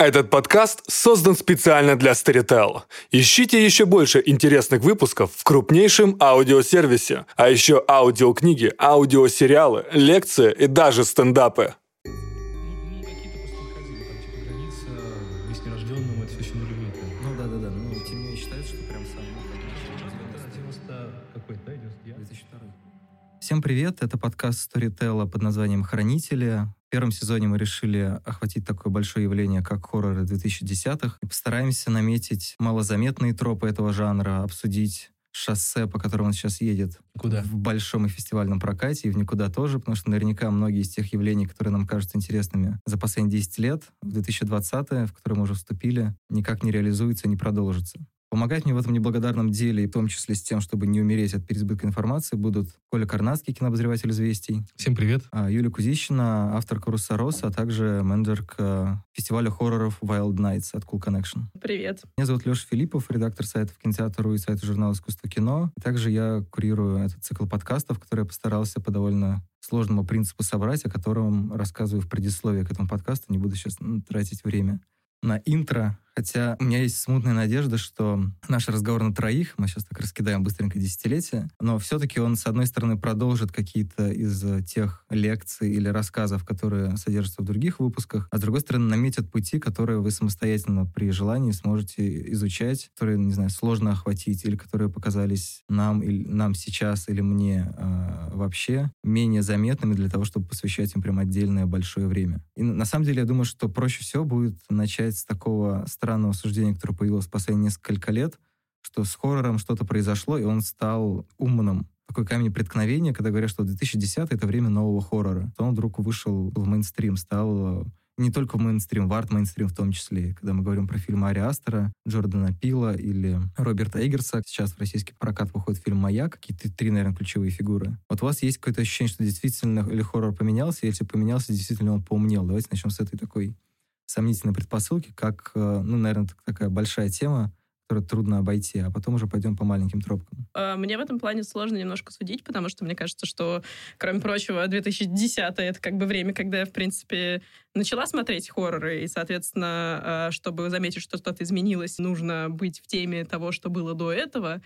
Этот подкаст создан специально для Storytel. Ищите еще больше интересных выпусков в крупнейшем аудиосервисе, а еще аудиокниги, аудиосериалы, лекции и даже стендапы. Какие-то просто ходили, там, типа, граница, быть нерожденным, это все еще нулевые. Да. Ну, тем не менее, считается, что прям самый... 90 какой-то, да, 99? 2002. Всем привет, это подкаст Storytel под названием «Хранители». В первом сезоне мы решили охватить такое большое явление, как хорроры 2010-х. И постараемся наметить малозаметные тропы этого жанра, обсудить шоссе, по которому он сейчас едет. Куда? В большом и фестивальном прокате, и в никуда тоже, потому что наверняка многие из тех явлений, которые нам кажутся интересными за последние 10 лет, в 2020-е, в которые мы уже вступили, никак не реализуются, не продолжатся. Помогать мне в этом неблагодарном деле, и в том числе с тем, чтобы не умереть от переизбытка информации, будут Коля Карнацкий, кинообозреватель «Известий», Всем привет. Юлия Кузищина, авторка «Руссороса», а также менеджерка фестиваля хорроров Wild Nights от Cool Connection. Привет. Меня зовут Леша Филиппов, редактор сайтов «Кинотеатр.ру» и сайта журнала «Искусство кино». Также я курирую этот цикл подкастов, который я постарался по довольно сложному принципу собрать, о котором рассказываю в предисловии к этому подкасту. Не буду сейчас тратить время на интро, хотя у меня есть смутная надежда, что наш разговор на троих, мы сейчас так раскидаем быстренько десятилетия, но все-таки он, с одной стороны, продолжит какие-то из тех лекций или рассказов, которые содержатся в других выпусках, а с другой стороны, наметит пути, которые вы самостоятельно при желании сможете изучать, которые, не знаю, сложно охватить, или которые показались нам сейчас или мне вообще менее заметными для того, чтобы посвящать им прям отдельное большое время. И на самом деле, я думаю, что проще всего будет начать с такого странного суждения, которое появилось в последние несколько лет, что с хоррором что-то произошло, и он стал умным. Такой камень преткновения, когда говорят, что 2010 — это время нового хоррора. То он вдруг вышел в мейнстрим, стал не только в мейнстрим, в арт-мейнстрим в том числе. Когда мы говорим про фильмы Ари Астера, Джордана Пила или Роберта Эггерса, сейчас в российский прокат выходит фильм «Маяк», какие-то три, наверное, ключевые фигуры. Вот у вас есть какое-то ощущение, что действительно или хоррор поменялся, или если поменялся, действительно он поумнел. Давайте начнем с этой такой сомнительной предпосылки, как, наверное, такая большая тема, которую трудно обойти, а потом уже пойдем по маленьким тропкам. Мне в этом плане сложно немножко судить, потому что мне кажется, что, кроме прочего, 2010 — это как бы время, когда я, в принципе, начала смотреть хорроры, и, соответственно, чтобы заметить, что что-то изменилось, нужно быть в теме того, что было до этого.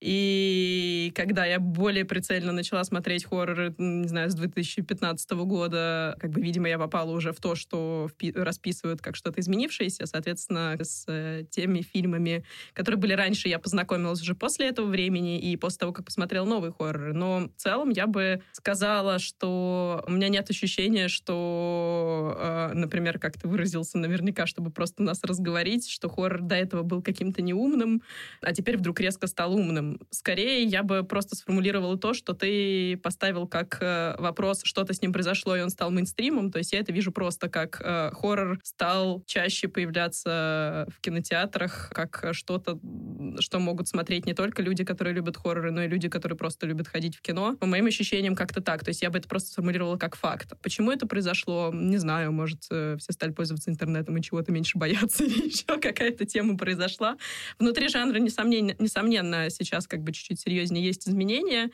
И когда я более прицельно начала смотреть хорроры, не знаю, с 2015 года, как бы, видимо, я попала уже в то, что расписывают как что-то изменившееся. Соответственно, с теми фильмами, которые были раньше, я познакомилась уже после этого времени и после того, как посмотрела новые хорроры. Но в целом я бы сказала, что у меня нет ощущения, что, например, как ты выразился наверняка, чтобы просто нас разговорить, что хоррор до этого был каким-то неумным, а теперь вдруг резко стал умным. Скорее, я бы просто сформулировала то, что ты поставил как вопрос, что-то с ним произошло, и он стал мейнстримом. То есть я это вижу просто как хоррор стал чаще появляться в кинотеатрах, как что-то, что могут смотреть не только люди, которые любят хорроры, но и люди, которые просто любят ходить в кино. По моим ощущениям, как-то так. То есть я бы это просто сформулировала как факт. Почему это произошло? Не знаю. Может, все стали пользоваться интернетом и чего-то меньше бояться, или еще какая-то тема произошла. Внутри жанра, несомненно, сейчас как бы чуть-чуть серьезнее есть изменения,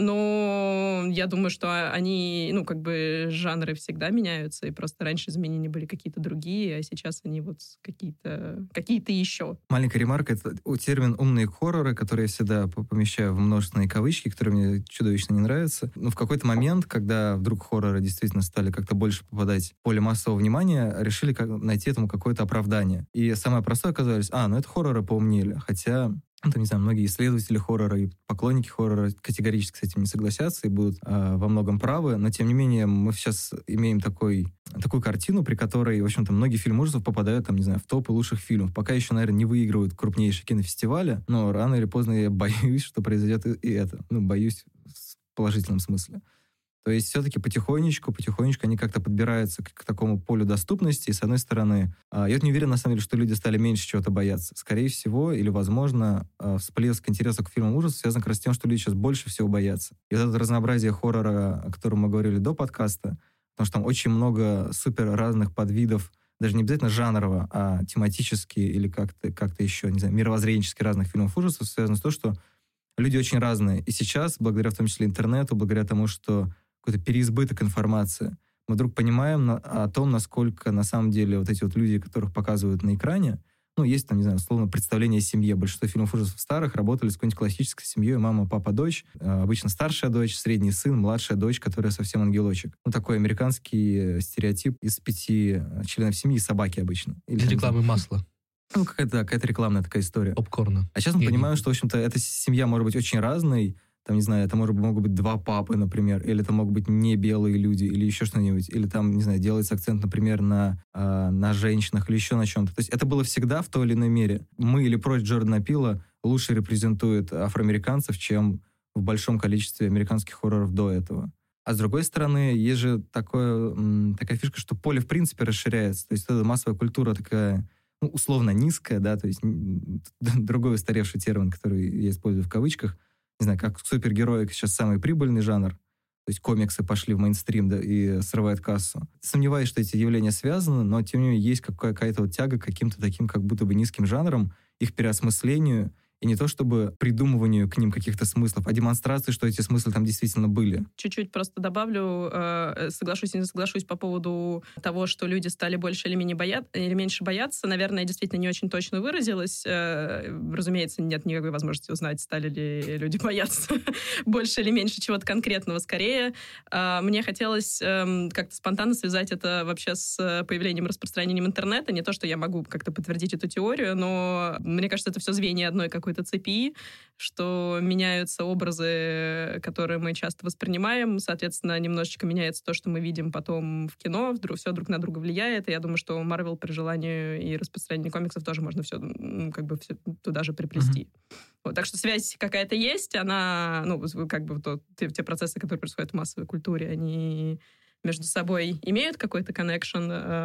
но я думаю, что они, как бы жанры всегда меняются, и просто раньше изменения были какие-то другие, а сейчас они вот какие-то еще. Маленькая ремарка — это термин «умные хорроры», который я всегда помещаю в множественные кавычки, которые мне чудовищно не нравятся. Но в какой-то момент, когда вдруг хорроры действительно стали как-то больше попадать в поле массового внимания, решили найти этому какое-то оправдание. И самое простое оказалось, это хорроры поумнели. Хотя не знаю, многие исследователи хоррора и поклонники хоррора категорически с этим не согласятся и будут во многом правы, но тем не менее мы сейчас имеем такую картину, при которой, в общем-то, многие фильмы ужасов попадают, в топы лучших фильмов. Пока еще, наверное, не выигрывают крупнейшие кинофестивали, но рано или поздно я боюсь, что произойдет и это. Боюсь в положительном смысле. То есть все-таки потихонечку они как-то подбираются к такому полю доступности. И, с одной стороны, я не уверен, на самом деле, что люди стали меньше чего-то бояться. Скорее всего, или, возможно, всплеск интереса к фильмам ужасов связан как раз с тем, что люди сейчас больше всего боятся. И вот это разнообразие хоррора, о котором мы говорили до подкаста, потому что там очень много супер разных подвидов, даже не обязательно жанрово, а тематически или как-то еще, не знаю, мировоззренчески разных фильмов ужасов, связано с тем, что люди очень разные. И сейчас, благодаря в том числе интернету, благодаря тому, что какой-то переизбыток информации, мы вдруг понимаем о том, насколько на самом деле вот эти вот люди, которых показывают на экране, ну, есть там, не знаю, условно, представление о семье. Большинство фильмов ужасов старых работали с какой-нибудь классической семьей: мама, папа, дочь. Обычно старшая дочь, средний сын, младшая дочь, которая совсем ангелочек. Ну, такой американский стереотип из 5 членов семьи, собаки обычно. Из рекламы масла. Ну, какая-то рекламная такая история. Попкорна. А сейчас мы понимаем, что, в общем-то, эта семья может быть очень разной. Там, не знаю, это могут быть 2 папы, например, или это могут быть не белые люди, или еще что-нибудь. Или там, не знаю, делается акцент, например, на женщинах или еще на чем-то. То есть это было всегда в той или иной мере. «Мы» или «Прочь» Джордана Пила лучше репрезентует афроамериканцев, чем в большом количестве американских хорроров до этого. А с другой стороны, есть же такая фишка, что поле в принципе расширяется. То есть эта массовая культура такая, ну, условно низкая, да, то есть другой устаревший термин, который я использую в кавычках, не знаю, как супергероика сейчас самый прибыльный жанр, то есть комиксы пошли в мейнстрим, да, и срывают кассу. Сомневаюсь, что эти явления связаны, но тем не менее есть какая-то вот тяга к каким-то таким как будто бы низким жанрам, их переосмыслению, и не то чтобы придумыванию к ним каких-то смыслов, а демонстрации, что эти смыслы там действительно были. Чуть-чуть просто добавлю, соглашусь и не соглашусь по поводу того, что люди стали больше или меньше бояться. Наверное, я действительно не очень точно выразилась. Разумеется, нет никакой возможности узнать, стали ли люди бояться больше или меньше чего-то конкретного. Скорее, мне хотелось как-то спонтанно связать это вообще с появлением и распространением интернета. Не то, что я могу как-то подтвердить эту теорию, но мне кажется, это все звенья одной какой-то цепи, что меняются образы, которые мы часто воспринимаем, соответственно, немножечко меняется то, что мы видим потом в кино, все друг на друга влияет, и я думаю, что Marvel при желании и распространении комиксов тоже можно все, как бы, все туда же приплести. Вот, так что связь какая-то есть, она, как бы те процессы, которые происходят в массовой культуре, они между собой имеют какой-то коннекшн,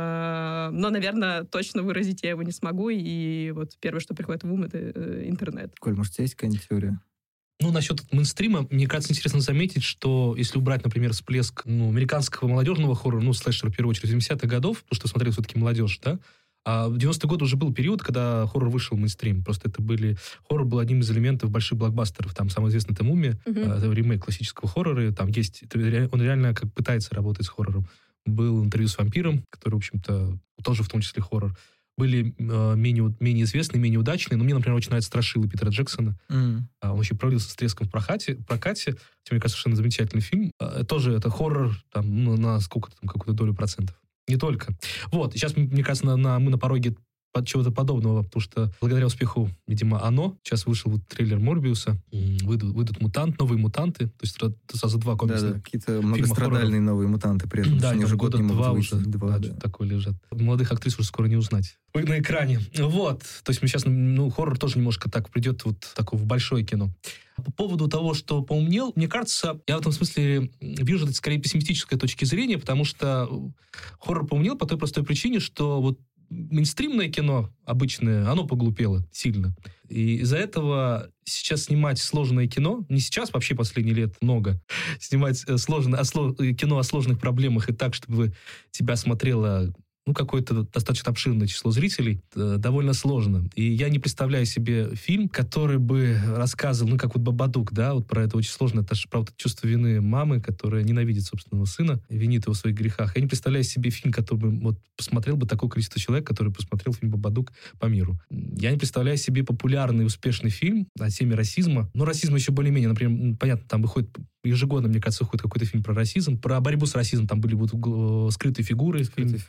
но, наверное, точно выразить я его не смогу, и вот первое, что приходит в ум, это интернет. Коль, может, у тебя есть какая-нибудь теория? Ну, насчет мейнстрима, мне кажется, интересно заметить, что если убрать, например, всплеск американского молодежного хоррора, слэшера, в первую очередь, 70-х годов, потому что смотрели все-таки молодежь, да, а в 90-е годы уже был период, когда хоррор вышел в мейнстрим. Просто хоррор был одним из элементов больших блокбастеров. Там самый известный это «Мумия», это ремейк классического хоррора. Там есть... Он реально как пытается работать с хоррором. Был интервью с вампиром, который, в общем-то, тоже в том числе хоррор. Были менее известные, менее удачные. Но мне, например, очень нравится «Страшилы» Питера Джексона. Он еще провалился с треском в прокате. Мне кажется, совершенно замечательный фильм. Тоже это хоррор на сколько-то там, какую-то долю процентов. Не только. Вот, сейчас, мне кажется, мы на пороге чего-то подобного, потому что благодаря успеху, видимо, «Оно», сейчас вышел трейлер Морбиуса, выйдут новые мутанты, то есть сразу 2 комиксных. Да, какие-то многострадальные новые мутанты при этом. Да, они уже года 2 уже, да. такое лежат. Молодых актрис уже скоро не узнать на экране. Вот, то есть мы сейчас, хоррор тоже немножко так придет вот такое в большое кино. По поводу того, что поумнел, мне кажется, я в этом смысле вижу это скорее пессимистической точки зрения, потому что хоррор поумнел по той простой причине, что вот мейнстримное кино обычное, оно поглупело сильно. И из-за этого сейчас снимать сложное кино, не сейчас, вообще последние лет много, снимать кино о сложных проблемах и так, чтобы тебя смотрело какое-то достаточно обширное число зрителей, довольно сложно. И я не представляю себе фильм, который бы рассказывал, как вот «Бабадук», да, вот про это очень сложно. Это же, правда, чувство вины мамы, которая ненавидит собственного сына, винит его в своих грехах. Я не представляю себе фильм, который бы посмотрел бы такое количество человек, который посмотрел фильм «Бабадук» по миру. Я не представляю себе популярный, успешный фильм о теме расизма. Но расизм еще более-менее, например, понятно, там выходит ежегодно, мне кажется, выходит какой-то фильм про расизм, про борьбу с расизмом. Там были скрытые фигуры.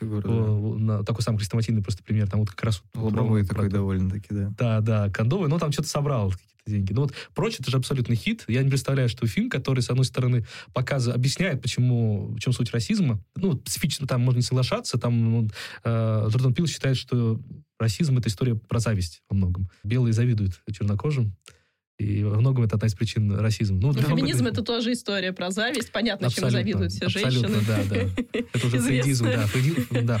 Такой самый хрестоматийный просто пример. Там вот как раз... Лобовой такой довольно-таки, да. Да, кондовый, но там что-то собрал какие-то деньги. Ну вот «Прочь» — это же абсолютный хит. Я не представляю, что фильм, который, с одной стороны, объясняет, в чем суть расизма. Специфично там можно не соглашаться. Там Джордан Пил считает, что расизм — это история про зависть во многом. Белые завидуют чернокожим. И во многом это одна из причин расизма. Феминизм — это тоже история про зависть. Понятно, абсолютно, чем завидуют все женщины. Да. Это уже фрейдизм, да.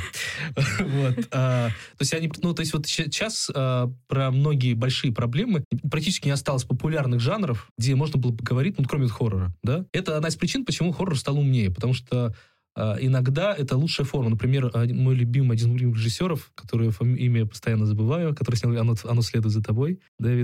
То есть вот сейчас про многие большие проблемы практически не осталось популярных жанров, где можно было поговорить, кроме хоррора. Да? Это одна из причин, почему хоррор стал умнее. Потому что иногда это лучшая форма. Например, мой любимый, один из любимых режиссеров, который имя постоянно забываю, который снял «Оно следует за тобой», Дэвид...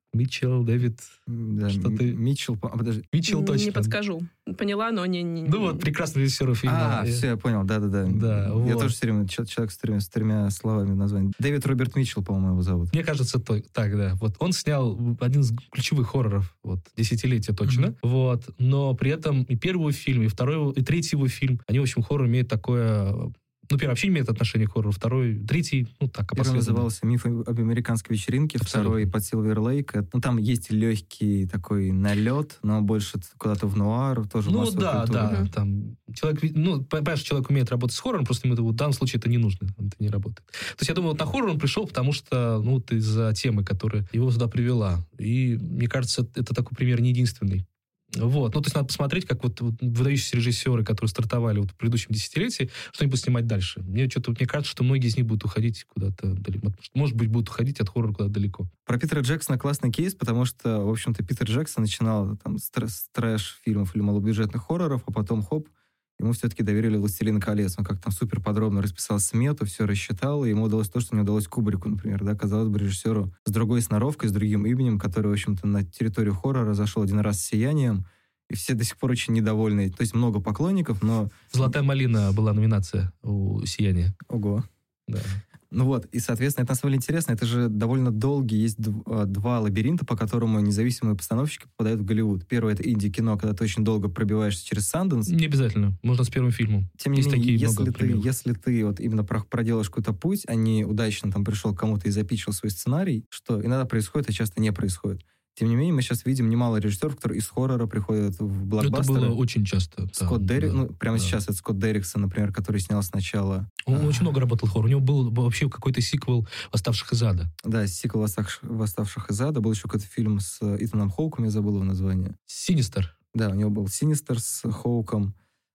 Митчелл, Дэвид... Да, Что ты- Митчелл... подожди. Митчелл точно. Не подскажу. Поняла, но не... Ну вот, прекрасный режиссер фильма. Все, я понял, да-да-да. Да, Я вот. тоже все время человек с тремя словами названия. Дэвид Роберт Митчелл, по-моему, его зовут. Мне кажется, так, да. Вот он снял один из ключевых хорроров, вот, десятилетия точно. Вот. Но при этом и первый фильм, и второй, и третий его фильм, они, в общем, хоррор имеют такое... Ну, первый вообще не имеет отношения к хоррору, второй, третий, ну, так, Первый опосредованно. назывался «Миф об американской вечеринке», Абсолютно. второй «Под Силвер Лейк». Ну, там есть легкий такой налет, но больше куда-то в нуар, тоже Ну, массовая да, культура. да. Там человек, ну, понимаешь, человек умеет работать с хоррором, просто ему это, в данном случае это не нужно, это не работает. То есть я думаю, вот на хоррор он пришел, потому что, ну, вот из-за темы, которая его сюда привела. И, мне кажется, это такой пример не единственный. Вот. Ну, то есть надо посмотреть, как вот выдающиеся режиссеры, которые стартовали вот в предыдущем десятилетии, что они будут снимать дальше. Мне кажется, что многие из них будут уходить куда-то далеко. Может быть, будут уходить от хоррора куда-то далеко. Про Питера Джексона классный кейс, потому что, в общем-то, Питер Джексон начинал там с трэш-фильмов или малобюджетных хорроров, а потом, хоп, ему все-таки доверили «Властелин колец». Он как-то там супер подробно расписал смету, все рассчитал, и ему удалось то, что не удалось Кубрику, например, да, казалось бы, режиссеру с другой сноровкой, с другим именем, который, в общем-то, на территорию хоррора зашел один раз с «Сиянием», и все до сих пор очень недовольны. То есть много поклонников, но... «Золотая малина» была номинация у «Сияния». Ого. Да. Ну вот, и, соответственно, это на самом деле интересно. Это же довольно долгий, есть два лабиринта, по которому независимые постановщики попадают в Голливуд. Первый — это инди-кино, когда ты очень долго пробиваешься через Санденс. Не обязательно. Можно с первым фильмом. Тем не Есть менее, такие много примеров. если ты вот именно проделаешь какой-то путь, а не удачно там пришел к кому-то и запичил свой сценарий, что иногда происходит, а часто не происходит. Тем не менее, мы сейчас видим немало режиссеров, которые из хоррора приходят в блокбастеры. Это было очень часто. Скотт да, Дерриксон, да, прямо да. сейчас это Скотт Дерриксон, например, который снял сначала... Он очень много работал в хоррор. У него был вообще какой-то сиквел «Восставших из ада». Да, сиквел «Восставших из ада». Был еще какой-то фильм с Итаном Хоуком, я забыл его название. «Синистер». Да, у него был «Синистер» с Хоуком.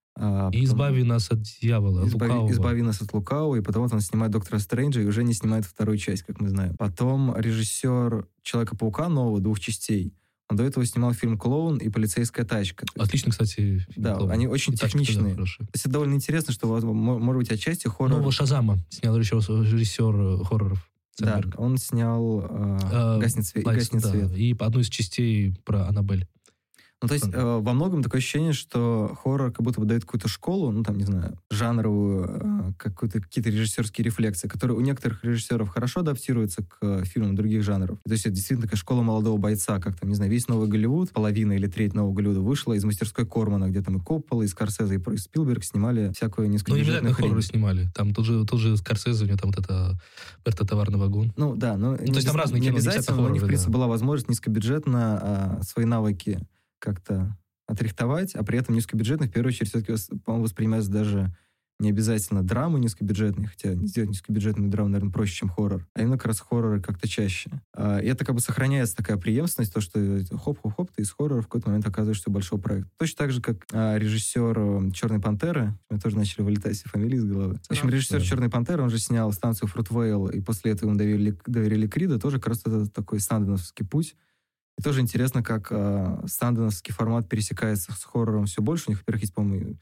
И «Избави нас от дьявола», от лукавого. «Избави нас от лукавого», и потом вот он снимает «Доктора Стрэнджа» и уже не снимает вторую часть, как мы знаем. Потом режиссер «Человека-паука» нового, 2 частей. Он до этого снимал фильм «Клоун» и «Полицейская тачка». Отлично, кстати, фильм Да, «Клоун». они очень И «Тачка» тоже техничные. хорошая. То есть это довольно интересно, что, может быть, отчасти хоррор... Нового «Шазама» снял режиссер хорроров. Да, Ценберг. он снял «Гаснет свет». Да, и одну из частей про Аннабель. Ну, то есть во многом такое ощущение, что хоррор как будто бы дает какую-то школу, ну, там, не знаю, жанровую, какие-то режиссерские рефлексы, которые у некоторых режиссеров хорошо адаптируются к фильмам других жанров. То есть это действительно такая школа молодого бойца, как там, не знаю, весь Новый Голливуд, половина или треть Нового Голливуда вышла из мастерской Кормана, где там и Коппола, и Скорсезе, и Спилберг снимали всякую Ну, не низкобюджетную обязательно хрень. хорроры снимали. Там тот же Скорсезе, у него там вот это «Берта товарный вагон». Ну, да, но то есть там разные не кино, не обязательно, обязательно но у них, в хорроры, принципе, да. была возможность низкобюджетно свои навыки как-то отрихтовать, а при этом низкобюджетно, в первую очередь, все-таки, по-моему, воспринимается даже не обязательно драмы низкобюджетные, хотя сделать низкобюджетную драму, наверное, проще, чем хоррор, а именно как раз хорроры как-то чаще. И это как бы сохраняется такая преемственность, то, что хоп-хоп-хоп, ты из хоррора в какой-то момент оказываешься в большой проект. Точно так же, как режиссер «Черной пантеры», мы тоже начали вылетать все фамилии из головы. В общем, режиссер Да. «Черной пантеры», он же снял станцию «Фрутвейл», и после этого ему доверили «Крида», тоже как раз это такой санденсовский путь. И тоже интересно, как санденсовский формат пересекается с хоррором все больше. У них, во-первых, есть, по-моему,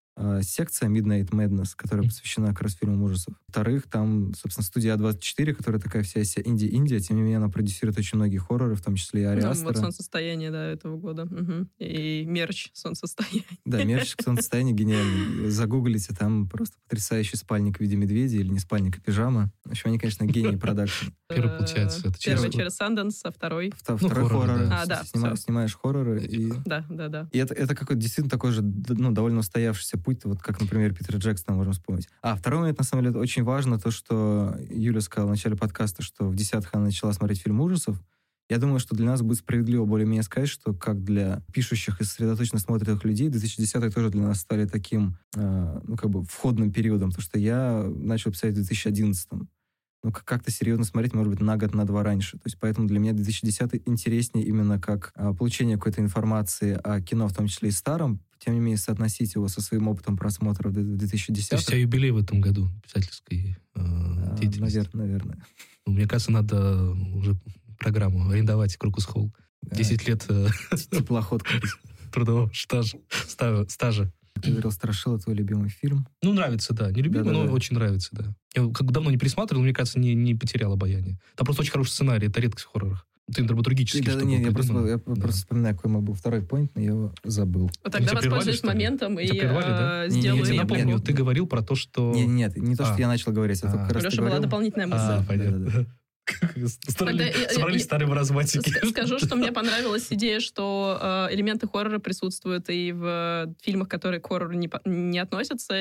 секция Midnight Madness, которая посвящена как раз фильмам ужасов. Во-вторых, там, собственно, студия А24, которая такая вся инди-индия, тем не менее, она продюсирует очень многие хорроры, в том числе и Ари Вот Астера. «Солнцестояние», да, этого года. Угу. И мерч «Солнцестояние». Да, мерч «Солнцестояние» гениальный. Загуглите, там просто потрясающий спальник в виде медведя или не спальник, а пижама. В общем, они, конечно, гении продакшн. Первый, получается, это Первый через- через Санденс, а второй... Второй хорроры, хоррор. да. А, да, Снимаешь хорроры и... Да. И это какой-то действительно такой же, ну, довольно устоявшийся путь, вот как, например, Питера Джексона можем вспомнить. Второй момент, на самом деле, очень важно, то, что Юля сказала в начале подкаста, что в 10-х она начала смотреть фильм ужасов. Я думаю, что для нас будет справедливо более-менее сказать, что как для пишущих и сосредоточенно смотрящих людей, 2010-е тоже для нас стали таким, ну, как бы входным периодом, потому что я начал писать в 2011-м. Ну, как-то серьезно смотреть, может быть, на год, на два раньше. То есть поэтому для меня 2010 интереснее именно как получение какой-то информации о кино, в том числе и старом, тем не менее соотносить его со своим опытом просмотра в 2010-х. То есть у тебя юбилей в этом году писательской деятельности. Наверное. Ну, мне кажется, надо уже программу арендовать «Крокус Холл». 10 лет Теплоход купить. трудового стажа. Ты говорил, «Страшила» твой любимый фильм. Ну, нравится, да. Не любимый, Да-да-да. но очень нравится, да. Я как давно не пересматривал, мне кажется, не потерял обаяние. Там просто очень хороший сценарий, это редкость в хоррорах. Ты драматургически что-то Я придумал? просто вспоминаю, какой мой был второй поинт, но я его забыл. Вот тогда Тебя прервали, воспользуюсь что ли? моментом и Тебя прервали, да? сделаю... Я тебе напомню, Нет. ты говорил про то, что... Нет, не то, что я начал говорить, а то, как У раз ты Леши была говорил. дополнительная мысль. Понятно. Тогда Собрались старые маразматики. Скажу, что мне понравилась идея, что элементы хоррора присутствуют и в фильмах, которые к хоррору не относятся,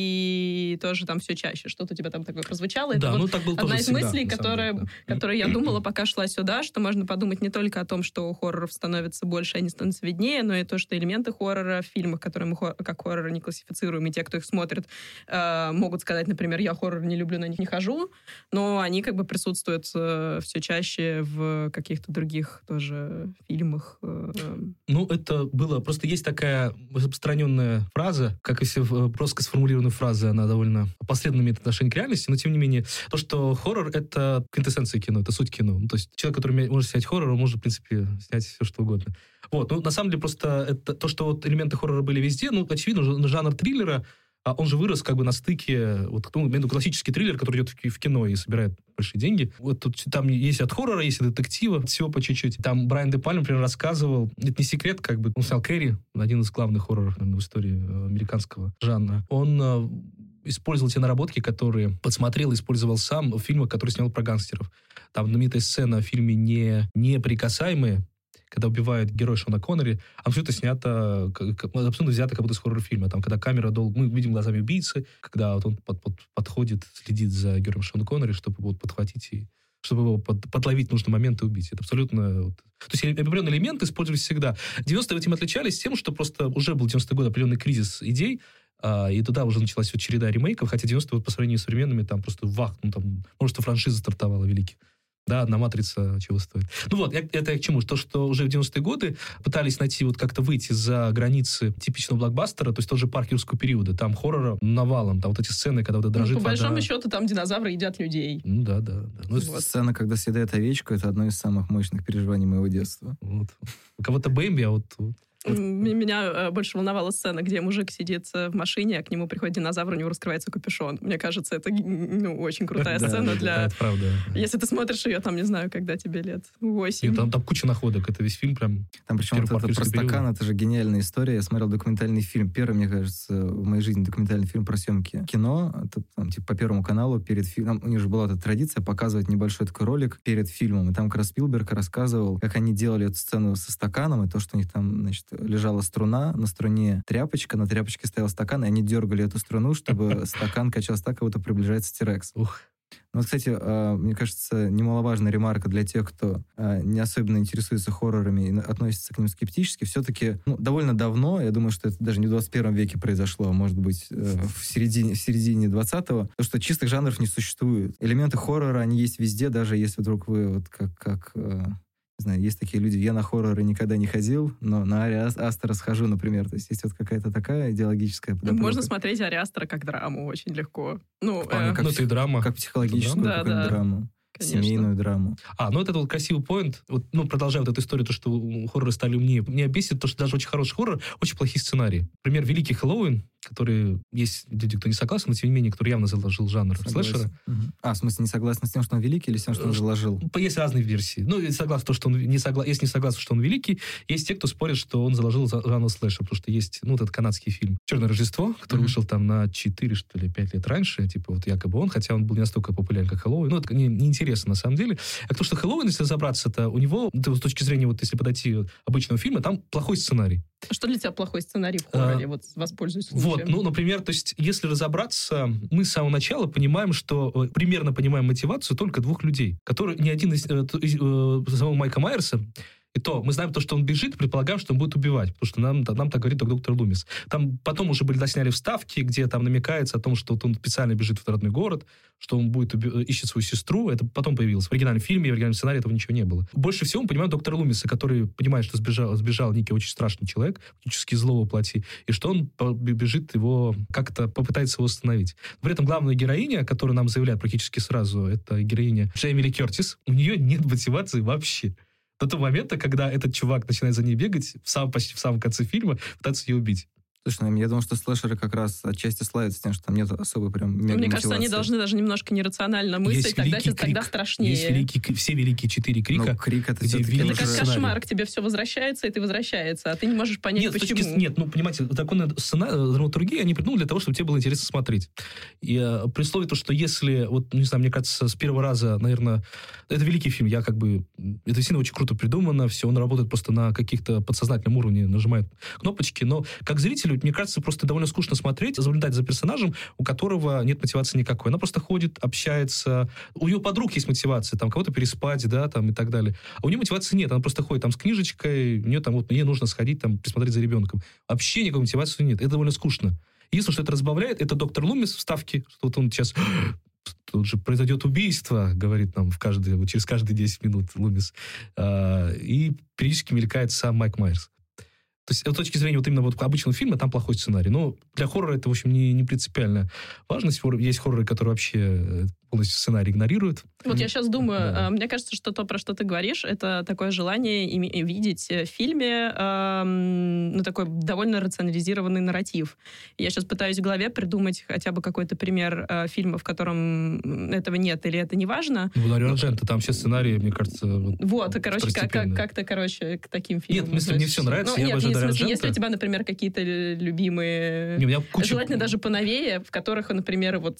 и тоже там все чаще. Что-то у тебя там такое прозвучало. Да, Это ну вот так было тоже одна из всегда, мыслей, на самом деле, да. которую я думала, пока шла сюда, что можно подумать не только о том, что хорроров становится больше, они становятся виднее, но и то, что элементы хоррора в фильмах, которые мы как хорроры не классифицируем, и те, кто их смотрит, могут сказать, например, я хоррор не люблю, на них не хожу, но они как бы присутствуют все чаще в каких-то других тоже фильмах. Ну, это было... Просто есть такая распространенная фраза, как если просто сформулированная фраза, она довольно опосредованно имеет отношение к реальности, но тем не менее, то, что хоррор — это квинтэссенция кино, это суть кино. Ну, то есть человек, который может снять хоррор, он может, в принципе, снять все, что угодно. Вот. Ну, на самом деле, просто это, то, что вот элементы хоррора были везде, ну, очевидно, жанр триллера, он же вырос как бы на стыке, вот, ну, классический триллер, который идет в кино и собирает большие деньги. Вот тут, там есть от хоррора, есть от детектива, всего по чуть-чуть. Там Брайан Де Пальма, например, рассказывал, это не секрет, как бы, он снял «Кэрри», один из главных хорроров, наверное, в истории американского жанра. Он использовал те наработки, которые подсмотрел и использовал сам в фильмах, которые снял про гангстеров. Там знаменитая сцена в фильме «Неприкасаемые», когда убивают героя Шона Коннери, абсолютно снято, абсолютно взято как будто с хоррор-фильма. Там, когда камера мы видим глазами убийцы, когда вот он подходит, следит за героем Шона Коннери, чтобы его подхватить и чтобы его подловить в нужный момент и убить. Это абсолютно... То есть определенные элементы использовались всегда. 90-е этим отличались тем, что просто уже был в 90-е годы определенный кризис идей, и туда уже началась вот череда ремейков, хотя 90-е вот по сравнению с современными там просто там множество франшиз стартовало великих. Да, одна «Матрица» чего стоит. Ну вот, это я к чему? То, что уже в 90-е годы пытались найти, вот как-то выйти за границы типичного блокбастера, то есть тоже парк юрского периода. Там хоррора навалом, там вот эти сцены, когда вот дрожит по вода. большому счету, там динозавры едят людей. Ну да. Ну, Вот. Сцена, когда съедает овечку, это одно из самых мощных переживаний моего детства. Вот. У кого-то Бэмби, а вот... Меня больше волновала сцена, где мужик сидит в машине, а к нему приходит динозавр, у него раскрывается капюшон. Мне кажется, это очень крутая сцена для... Это правда. Если ты смотришь ее, там, не знаю, когда тебе лет 8. Нет, там куча находок, это весь фильм прям... Там причем вот это про стакан, это же гениальная история. Я смотрел документальный фильм, первый, мне кажется, в моей жизни документальный фильм про съемки кино. Это там, типа по Первому каналу перед фильмом. У них же была эта традиция показывать небольшой такой ролик перед фильмом. И там как раз Спилберг рассказывал, как они делали эту сцену со стаканом, и то, что у них там, значит, лежала струна, на струне тряпочка, на тряпочке стоял стакан, и они дергали эту струну, чтобы стакан качался так, как будто приближается Тирекс. Ух. Ну, кстати, мне кажется, немаловажная ремарка для тех, кто не особенно интересуется хоррорами и относится к ним скептически. Все-таки довольно давно, я думаю, что это даже не в 21 веке произошло, а может быть, в середине 20-го, то, что чистых жанров не существует. Элементы хоррора, они есть везде, даже если вдруг вы вот как не знаю, есть такие люди, я на хорроры никогда не ходил, но на Ари Астера схожу, например. То есть есть вот какая-то такая идеологическая подоплека. Можно смотреть Ари Астера как драму очень легко. Это и драма. Как психологическую какую-нибудь драму. Конечно. Семейную драму. Ну это вот красивый поинт. Вот, продолжая вот эту историю, то, что хорроры стали умнее. Меня бесит то, что даже очень хороший хоррор, очень плохие сценарии. Например, «Великий Хэллоуин», который есть люди, кто не согласен, но тем не менее, который явно заложил жанр слэшера. В смысле, не согласен с тем, что он великий, или с тем, что он заложил? Есть разные версии. Ну, согласно то, что он не согласен, что он великий, есть те, кто спорит, что он заложил жанр слэшера, потому что есть, этот канадский фильм «Черное Рождество», который вышел там на 4, что ли, 5 лет раньше, типа вот якобы он, хотя он был не настолько популярен, как Хэллоуин. Это неинтересно на самом деле. А то, что Хэллоуин, если разобраться, это у него, с точки зрения, вот если подойти обычного фильма, там плохой сценарий. Что для тебя плохой сценарий в хорроре? Вот воспользуюсь случаем. Например, то есть, если разобраться, мы с самого начала понимаем, что примерно понимаем мотивацию только двух людей, которые ни один из самого Майка Майерса, и то мы знаем то, что он бежит, предполагаем, что он будет убивать, потому что нам так говорит доктор Лумис. Там потом уже досняли вставки, где там намекается о том, что он специально бежит в родной город, что он ищет свою сестру. Это потом появилось. В оригинальном фильме, в оригинальном сценарии этого ничего не было. Больше всего мы понимаем доктора Лумиса, который понимает, что сбежал некий очень страшный человек, фактически зло воплоти, и что он бежит его, как-то попытается его остановить. При этом главная героиня, которую нам заявляют практически сразу, это героиня Джейми Ли Кертис, у нее нет мотивации вообще. До того момента, когда этот чувак начинает за ней бегать, почти в самом конце фильма, пытаться ее убить. Слушай, я думал, что слэшеры как раз отчасти славятся тем, что там нет особой прям мега Мне кажется, они мотивации. должны даже немножко нерационально мыслить, тогда страшнее. Есть все великие 4 крика. Ну, крик это где все-таки великий Это как уже... сценарий. кошмар, к тебе все возвращается, и ты возвращается, а ты не можешь понять, Нет, почему. нет, понимаете, законы драматургии, они придумали для того, чтобы тебе было интересно смотреть. И при условии то, что если, вот, не знаю, мне кажется, с первого раза, наверное, это великий фильм, это действительно очень круто придумано, все, он работает просто на каких-то подсознательном уровне, нажимает кнопочки, но как зрителю, мне кажется, просто довольно скучно смотреть, наблюдать за персонажем, у которого нет мотивации никакой. Она просто ходит, общается, у ее подруг есть мотивация, там, кого-то переспать, да, там, и так далее. А у нее мотивации нет, она просто ходит там с книжечкой, у нее там, вот, ей нужно сходить, там, присмотреть за ребенком. Вообще никакой мотивации нет, это довольно скучно. Единственное, что это разбавляет, это доктор Лумис в вставке, что вот он сейчас... Тут же произойдет убийство, говорит нам через каждые 10 минут Лумис. И периодически мелькает сам Майк Майерс. То есть, с точки зрения вот именно вот обычного фильма, там плохой сценарий. Но для хоррора это, в общем, не принципиальная важность. Есть хорроры, которые вообще полностью сценарий игнорируют. Вот я сейчас думаю, Да. мне кажется, что то, про что ты говоришь, это такое желание видеть в фильме такой довольно рационализированный нарратив. Я сейчас пытаюсь в голове придумать хотя бы какой-то пример фильма, в котором этого нет или это не важно. Дарио Ардженто, там все сценарии, мне кажется... Вот, короче, второстепенные. как ты, к таким фильмам Нет, если мне все нравится, я обожаю Дарио Ардженто. Если у тебя, например, какие-то любимые... Не, у меня куча... Желательно даже поновее, в которых, например, вот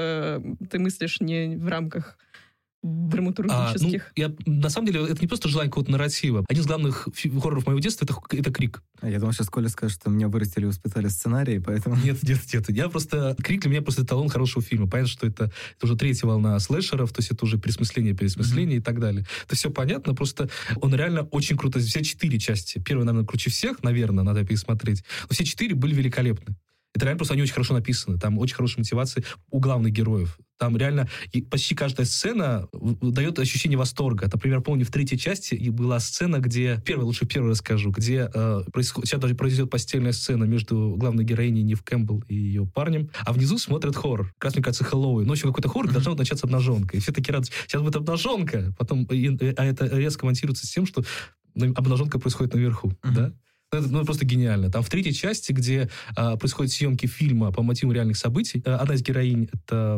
ты мыслишь не в рамках драматургических. На самом деле, это не просто желание какого-то нарратива. Один из главных хорроров моего детства это «Крик». Я думал, сейчас Коля скажет, что меня вырастили и воспитали сценарии, поэтому... Нет. «Крик» для меня просто эталон хорошего фильма. Понятно, что это уже третья волна слэшеров, то есть это уже пересмысление и так далее. Это все понятно, просто он реально очень круто. Все 4 части. Первая, наверное, круче всех, наверное, надо пересмотреть. Но все 4 были великолепны. Это реально просто они очень хорошо написаны. Там очень хорошая мотивация у главных героев. Там реально почти каждая сцена дает ощущение восторга. Например, помню, в 3-й части была сцена, где... Лучше первый расскажу. Где сейчас даже произойдет постельная сцена между главной героиней Нив Кэмпбелл и ее парнем. А внизу смотрят хоррор. Как раз, мне кажется, Хэллоуин. Ночью какой-то хоррор, должна начаться обнаженка. И все такие рады. Сейчас будет обнаженка. Потом, а это резко монтируется с тем, что обнаженка происходит наверху. Да? Это просто гениально. Там в 3-й части, где происходят съемки фильма по мотивам реальных событий, одна из героинь, это,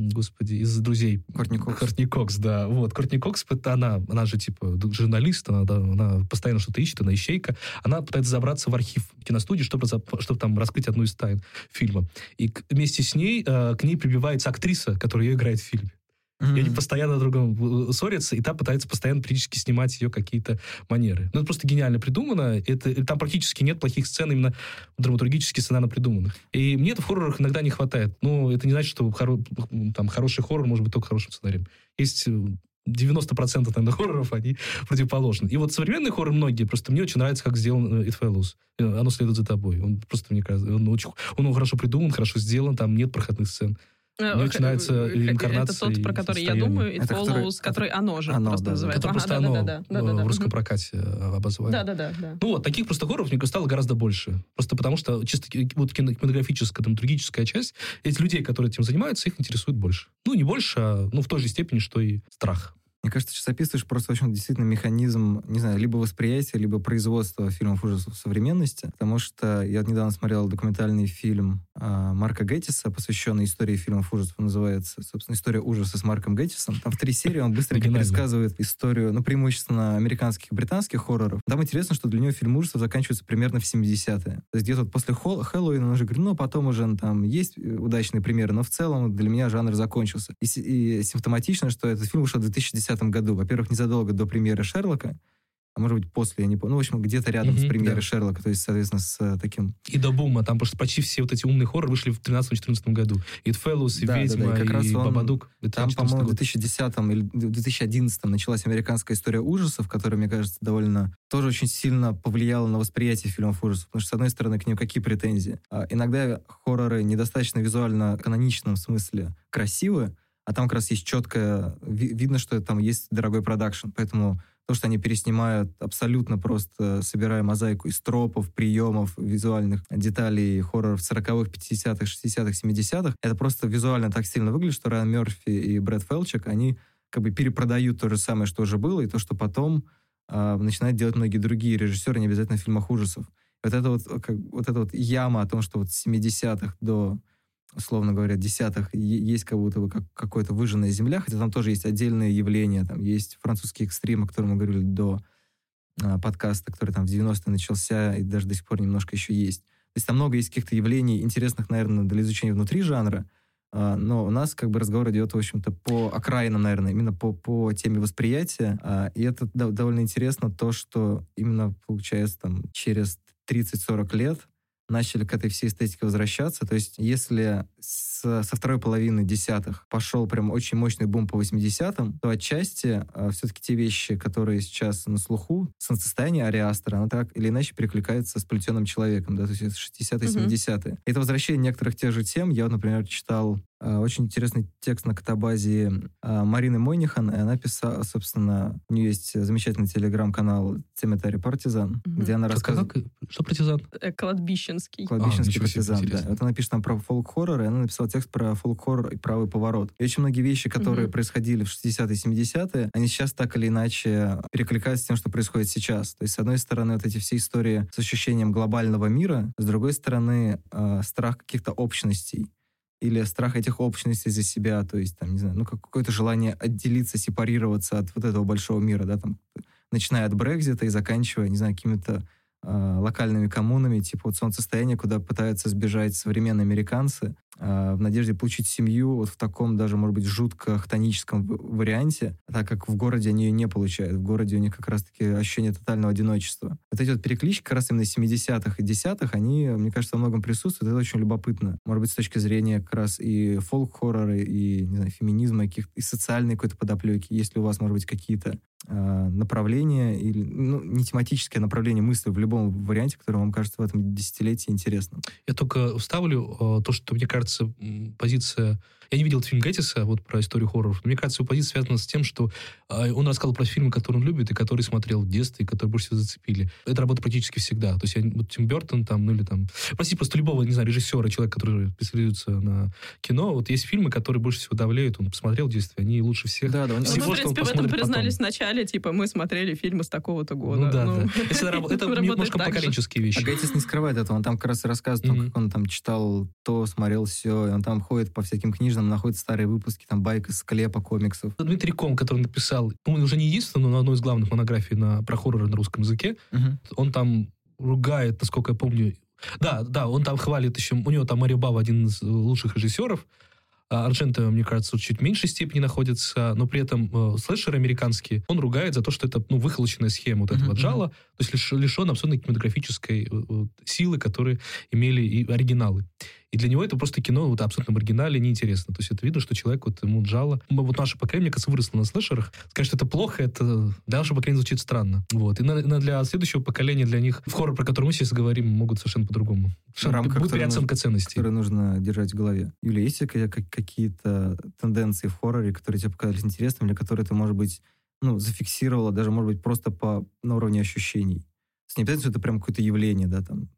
из «Друзей». Кортни Кокс, да. Вот, Кортни Кокс, она же, журналист, она постоянно что-то ищет, она ищейка. Она пытается забраться в архив киностудии, чтобы там раскрыть одну из тайн фильма. И вместе с ней к ней прибивается актриса, которая ее играет в фильме. И они постоянно друг другом ссорятся, и та пытается постоянно периодически снимать ее какие-то манеры. Это просто гениально придумано. Там практически нет плохих сцен, именно драматургически сценарно придуманных. И мне это в хоррорах иногда не хватает. Но это не значит, что хороший хоррор может быть только хорошим сценарием. Есть 90%, наверное, хорроров, они противоположны. И вот современный хоррор многие, просто мне очень нравится, как сделан It Follows. Оно следует за тобой. Он просто, мне кажется, он хорошо придуман, хорошо сделан, там нет проходных сцен. Начинается реинкарнация. Это тот, про который я думаю, It Follows, который «Оно» же просто называется. Это просто «Оно» в русском прокате обозвали. Да. Ну вот, таких просто хорроров мне стало гораздо больше. Просто потому что чисто вот кинематографическая, драматургическая часть, эти людей, которые этим занимаются, их интересует больше. Ну, не больше, а в той же степени, что и страх. Мне кажется, сейчас описываешь просто очень действительно механизм, не знаю, либо восприятия, либо производства фильмов ужасов современности. Потому что я недавно смотрел документальный фильм Марка Геттиса, посвященный истории фильмов ужасов. Он называется, собственно, «История ужаса с Марком Геттисом». Там в 3 серии он быстренько пересказывает историю, преимущественно американских и британских хорроров. Там интересно, что для него фильм ужасов заканчивается примерно в 70-е. То есть где-то вот после Хэллоуина он уже говорит, потом уже там есть удачные примеры, но в целом для меня жанр закончился. И симптоматично, что этот фильм вышел в 2010 году. Во-первых, незадолго до премьеры «Шерлока», а может быть, после, я не помню. В общем, где-то рядом с премьерой «Шерлока», то есть, соответственно, с таким... И до бума. Там почти все вот эти умные хорроры вышли в 2013-2014 году. И «It Follows», и «Ведьма», и как раз «Бабадук». Там, по-моему, в 2010 или 2011 началась американская история ужасов, которая, мне кажется, довольно... тоже очень сильно повлияла на восприятие фильмов ужасов. Потому что, с одной стороны, к ним какие претензии? Иногда хорроры недостаточно визуально каноничном смысле красивы, а там как раз есть четкое... Видно, что там есть дорогой продакшн. Поэтому то, что они переснимают, абсолютно просто собирая мозаику из тропов, приемов, визуальных деталей хорроров 40-х, 50-х, 60-х, 70-х, это просто визуально так сильно выглядит, что Райан Мерфи и Брэд Фелчик, они как бы перепродают то же самое, что уже было, и то, что потом начинают делать многие другие режиссеры, не обязательно в фильмах ужасов. Вот эта вот яма о том, что вот с 70-х до, условно говоря, десятых есть как будто бы какая-то выжженная земля, хотя там тоже есть отдельные явления, там есть французский экстрим, о котором мы говорили до подкаста, который там в 90-е начался и даже до сих пор немножко еще есть. То есть там много есть каких-то явлений, интересных, наверное, для изучения внутри жанра, но у нас как бы разговор идет, в общем-то, по окраинам, наверное, именно по теме восприятия. И это довольно интересно, то, что именно, получается, там, через 30-40 лет начали к этой всей эстетике возвращаться. То есть если со второй половины десятых пошел прям очень мощный бум по 80-м, то отчасти все-таки те вещи, которые сейчас на слуху, солнцестояние Ари Астера, оно так или иначе перекликается с «Плетеным человеком», да, то есть это 60-е, 70-е. Это возвращение некоторых тех же тем. Я, например, читал очень интересный текст на катабазе Марины Мойнихан, и она писала, собственно, у нее есть замечательный телеграм-канал Cemetery Partisan, где она рассказывает... Что партизан? Кладбищенский. Кладбищенский партизан, да. Вот она пишет там про фолк-хоррор, и она написала текст про фолк-хоррор и правый поворот. И очень многие вещи, которые происходили в 60-е, 70-е, они сейчас так или иначе перекликаются с тем, что происходит сейчас. То есть, с одной стороны, вот эти все истории с ощущением глобального мира, с другой стороны, страх каких-то общностей, или страх этих общностей за себя, то есть, там, не знаю, какое-то желание отделиться, сепарироваться от вот этого большого мира, да, там, начиная от Брексита и заканчивая, не знаю, какими-то локальными коммунами, типа вот солнцестояние, куда пытаются сбежать современные американцы в надежде получить семью вот в таком даже, может быть, жутко хтоническом варианте, так как в городе они ее не получают. В городе у них как раз-таки ощущение тотального одиночества. Вот эти вот переклички как раз именно 70-х и 10-х, они, мне кажется, во многом присутствуют. Это очень любопытно. Может быть, с точки зрения как раз и фолк-хоррора, и, не знаю, феминизма, и социальной какой-то подоплеки. Если у вас, может быть, какие-то направления, или, не тематические направления мысли в любом варианте, который вам кажется в этом десятилетии интересным. Я только вставлю то, что, мне кажется, позиция... Я не видел фильм Гэттиса вот про историю хорроров, но мне кажется, его позиция связана с тем, что он рассказал про фильмы, которые он любит, и которые смотрел в детстве, и которые больше всего зацепили. Это работает практически всегда. То есть вот Тим Бёртон там, или там... Прости, просто любого, не знаю, режиссера, человека, который специализируется на кино, вот есть фильмы, которые больше всего давляют, он посмотрел в детстве, они лучше всех. Да, мы, в принципе, в этом признались в начале, типа, мы смотрели фильмы с такого-то года. Ну да. Это немножко поколенческие вещи. А Гэттис не скрывает этого, он там как раз и рассказывает, как он там читал то, смотрел все, и он там ходит по всяким книжным, находит старые выпуски, там, байк из склепа комиксов. Дмитрий Ком, который написал, он уже не единственный, но на одной из главных монографий про хорроры на русском языке, он там ругает, насколько я помню, да, он там хвалит еще, у него там Марио Бава один из лучших режиссеров, Ардженто, мне кажется, в чуть меньшей степени находится, но при этом слэшеры американские, он ругает за то, что это выхолощенная схема вот этого джала, то есть лишен абсолютно кинематографической силы, которые имели и оригиналы. И для него это просто кино в абсолютном оригинале неинтересно. То есть это видно, что человек, ему джало. Вот наше поколение, мне кажется, выросло на слэшерах. Сказать, что это плохо, это для нашего поколения звучит странно. Вот. И для следующего поколения, для них в хоррор, про который мы сейчас говорим, могут совершенно по-другому. Будет переоценка ценностей. Которые нужно держать в голове. Юлия, есть какие-то тенденции в хорроре, которые тебе показались интересными, или которые ты, может быть, зафиксировала, даже, может быть, просто на уровне ощущений? То есть не обязательно, что это прям какое-то явление, да, там?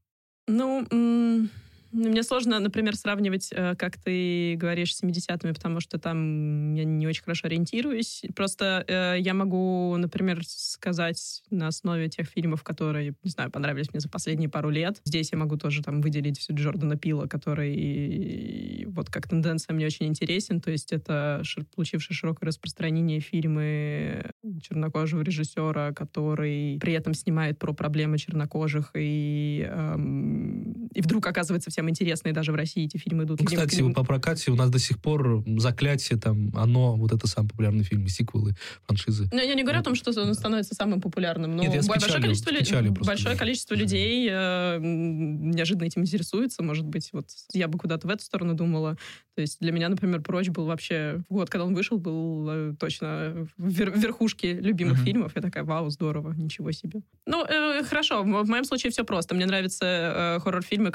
Мне сложно, например, сравнивать, как ты говоришь, с 70-ми, потому что там я не очень хорошо ориентируюсь. Просто я могу, например, сказать на основе тех фильмов, которые, не знаю, понравились мне за последние пару лет. Здесь я могу тоже там выделить Джордана Пила, который вот как тенденция мне очень интересен. То есть это получивший широкое распространение фильмы чернокожего режиссера, который при этом снимает про проблемы чернокожих и вдруг оказывается всем интересные, даже в России эти фильмы идут. Кстати, по прокате у нас до сих пор «Заклятие», там, «Оно», вот это самый популярный фильм, сиквелы, франшизы. Но я не говорю о том, что он становится самым популярным, но Нет, большое количество людей неожиданно этим интересуется, может быть, вот я бы куда-то в эту сторону думала. То есть для меня, например, «Прочь» был вообще... Вот, когда он вышел, был точно в верхушке любимых фильмов. Я такая, вау, здорово, ничего себе. Хорошо, в моем случае все просто. Мне нравятся хоррор-фильмы, фильмы,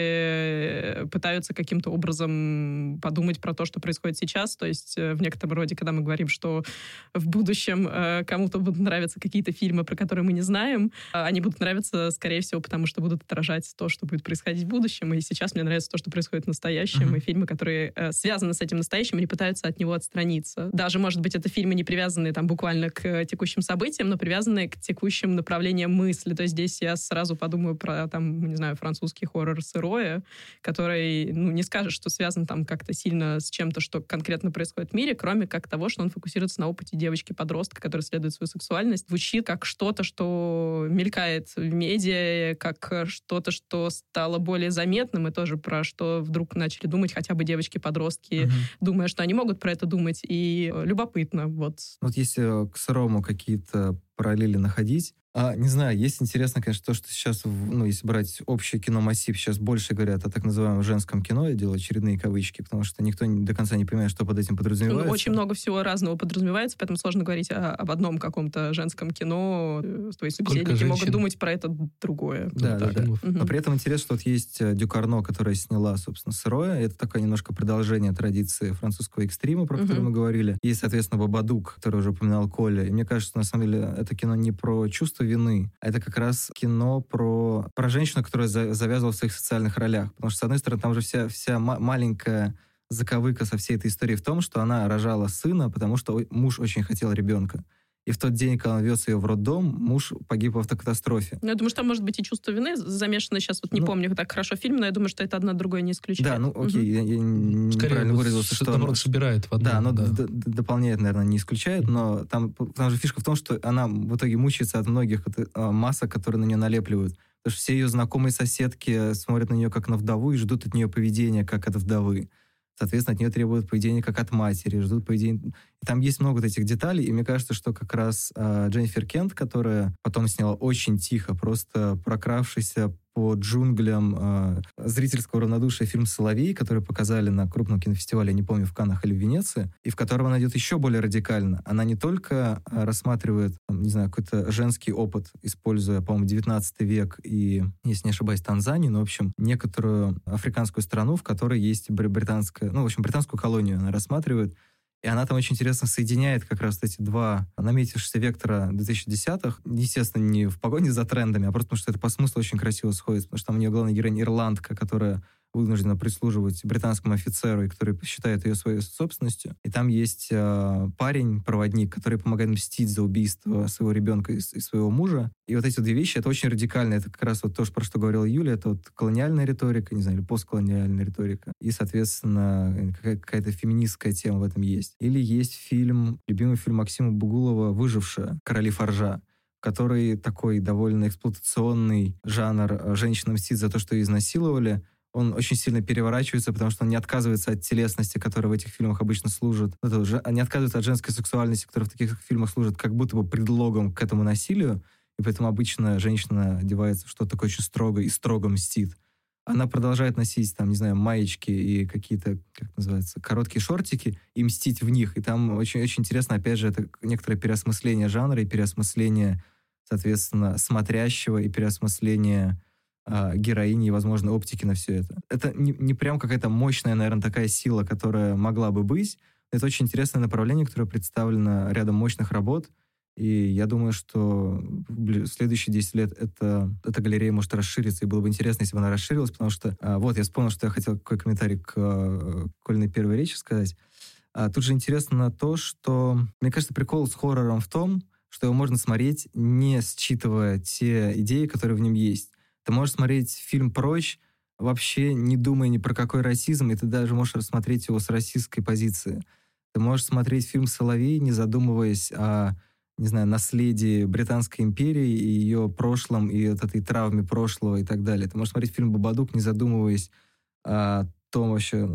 которые пытаются каким-то образом подумать про то, что происходит сейчас. То есть в некотором роде, когда мы говорим, что в будущем кому-то будут нравиться какие-то фильмы, про которые мы не знаем, они будут нравиться, скорее всего, потому что будут отражать то, что будет происходить в будущем. И сейчас мне нравится то, что происходит в настоящем, и фильмы, которые связаны с этим настоящим, не пытаются от него отстраниться. Даже, может быть, это фильмы, не привязанные там буквально к текущим событиям, но привязанные к текущим направлениям мысли. То есть здесь я сразу подумаю про, там, не знаю, французский хоррор «Сырое», который, ну, не скажешь, что связан там как-то сильно с чем-то, что конкретно происходит в мире, кроме как того, что он фокусируется на опыте девочки-подростка, которая исследует свою сексуальность. Звучит как что-то, что мелькает в медиа, как что-то, что стало более заметным, и тоже про что вдруг начали думать хотя бы девочки-подростки, думая, что они могут про это думать, и любопытно. Вот если к «Сырому» какие-то параллели находить. Не знаю, есть интересно, конечно, то, что сейчас, если брать общее кино-массив, сейчас больше говорят о так называемом женском кино, я делаю очередные кавычки, потому что никто до конца не понимает, что под этим подразумевается. Очень много всего разного подразумевается, поэтому сложно говорить об одном каком-то женском кино. Твои собеседники могут думать про это другое. Да. Но при этом интересно, что вот есть Дюкарно, которая сняла, собственно, «Сырое». Это такое немножко продолжение традиции французского экстрима, про который мы говорили. Есть, соответственно, «Бабадук», который уже упоминал Коля. И мне кажется, на самом деле, это кино не про чувство вины, а это как раз кино про женщину, которая завязывала в своих социальных ролях. Потому что, с одной стороны, там же вся маленькая заковыка со всей этой историей в том, что она рожала сына, потому что муж очень хотел ребенка. И в тот день, когда он вез ее в роддом, муж погиб в автокатастрофе. Я думаю, что там может быть и чувство вины замешано. Сейчас вот не помню так хорошо фильм, но я думаю, что это одно другое не исключает. Да, окей, я неправильно выразился, что оно собирает в одном. Да, оно дополняет, наверное, не исключает, но там же фишка в том, что она в итоге мучается от многих масок, которые на нее налепливают. Потому что все ее знакомые соседки смотрят на нее как на вдову и ждут от нее поведения как от вдовы. Соответственно, от нее требуют поведения как от матери, ждут поведения... И там есть много вот этих деталей, и мне кажется, что как раз Дженнифер Кент, которая потом сняла очень тихо, просто прокравшийся по джунглям зрительского равнодушия фильм «Соловей», который показали на крупном кинофестивале, я не помню, в Каннах или в Венеции, и в котором она идет еще более радикально. Она не только рассматривает, не знаю, какой-то женский опыт, используя, по-моему, 19 век и, если не ошибаюсь, Танзанию, но, в общем, некоторую африканскую страну, в которой есть британская, британскую колонию она рассматривает. И она там очень интересно соединяет как раз эти два наметившихся вектора 2010-х. Естественно, не в погоне за трендами, а просто потому, что это по смыслу очень красиво сходит. Потому что там у нее главная героиня ирландка, которая вынуждена прислуживать британскому офицеру, и который считает ее своей собственностью. И там есть парень-проводник, который помогает мстить за убийство своего ребенка и своего мужа. И вот эти две вещи, это очень радикально. Это как раз вот то, про что говорила Юля, это вот колониальная риторика, не знаю, или постколониальная риторика. И, соответственно, какая-то феминистская тема в этом есть. Или есть любимый фильм Максима Бугулова «Выжившая. Короли форжа», который такой довольно эксплуатационный жанр «Женщина мстит за то, что ее изнасиловали». Он очень сильно переворачивается, потому что он не отказывается от телесности, которая в этих фильмах обычно служит. Не отказывается от женской сексуальности, которая в таких фильмах служит как будто бы предлогом к этому насилию. И поэтому обычно женщина одевается в что-то такое очень строгое и строго мстит. Она продолжает носить, там, не знаю, маечки и какие-то, как называется, короткие шортики и мстить в них. И там очень-очень интересно, опять же, это некоторое переосмысление жанра и переосмысление, соответственно, смотрящего и переосмысление героини и, возможно, оптики на все это. Это не прям какая-то мощная, наверное, такая сила, которая могла бы быть. Это очень интересное направление, которое представлено рядом мощных работ. И я думаю, что в следующие 10 лет эта галерея может расшириться, и было бы интересно, если бы она расширилась, потому что... я вспомнил, что я хотел какой комментарий к Колиной первой речи сказать. Тут же интересно то, что... Мне кажется, прикол с хоррором в том, что его можно смотреть, не считывая те идеи, которые в нем есть. Ты можешь смотреть фильм «Прочь», вообще не думая ни про какой расизм, и ты даже можешь рассмотреть его с российской позиции. Ты можешь смотреть фильм «Соловей», не задумываясь о, не знаю, наследии Британской империи и ее прошлом, и вот этой травме прошлого и так далее. Ты можешь смотреть фильм «Бабадук», не задумываясь о том вообще,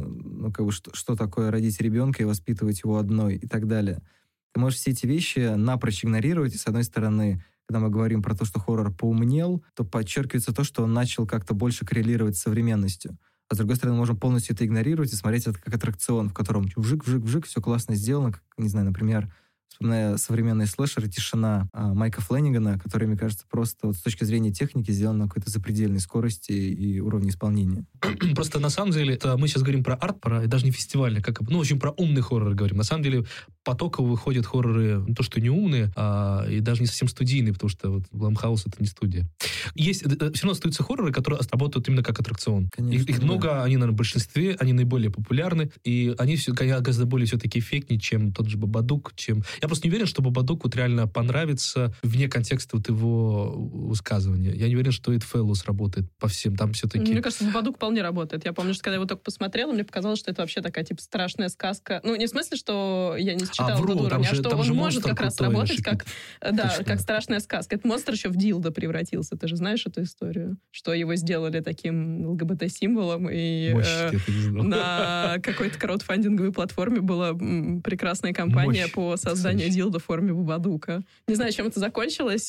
что такое родить ребенка и воспитывать его одной и так далее. Ты можешь все эти вещи напрочь игнорировать, и, с одной стороны, когда мы говорим про то, что хоррор поумнел, то подчеркивается то, что он начал как-то больше коррелировать с современностью. А с другой стороны, мы можем полностью это игнорировать и смотреть это как аттракцион, в котором вжик-вжик-вжик, все классно сделано. Как, не знаю, например, вспоминая современные слэшеры, «Тишина» Майка Флэннигана, который, мне кажется, просто вот с точки зрения техники сделан на какой-то запредельной скорости и уровне исполнения. Просто на самом деле, это мы сейчас говорим про арт, даже не фестивальный, в общем, про умный хоррор говорим. На самом деле, потоково выходят хорроры, не то что не умные, и даже не совсем студийные, потому что вот Blumhouse — это не студия. Есть, все равно остаются хорроры, которые работают именно как аттракцион. Конечно, их много, они, наверное, в большинстве, они наиболее популярны, и они гораздо более все-таки эффектнее, чем тот же Бабадук, чем... Я просто не уверен, что Бабадук вот реально понравится вне контекста вот его высказывания. Я не уверен, что It Follows работает по всем, там все-таки... Мне кажется, Бабадук вполне работает. Я помню, что когда я его только посмотрела, мне показалось, что это вообще такая, типа, страшная сказка. Ну, не в смысле, что я не считала этот уровень, а что он может как раз работать как страшная сказка. Этот монстр еще в дилдо превратился. Ты же знаешь эту историю? Что его сделали таким ЛГБТ-символом, и на какой-то краудфандинговой платформе была прекрасная кампания по созданию дилдо в форме Бабадука. Не знаю, чем это закончилось,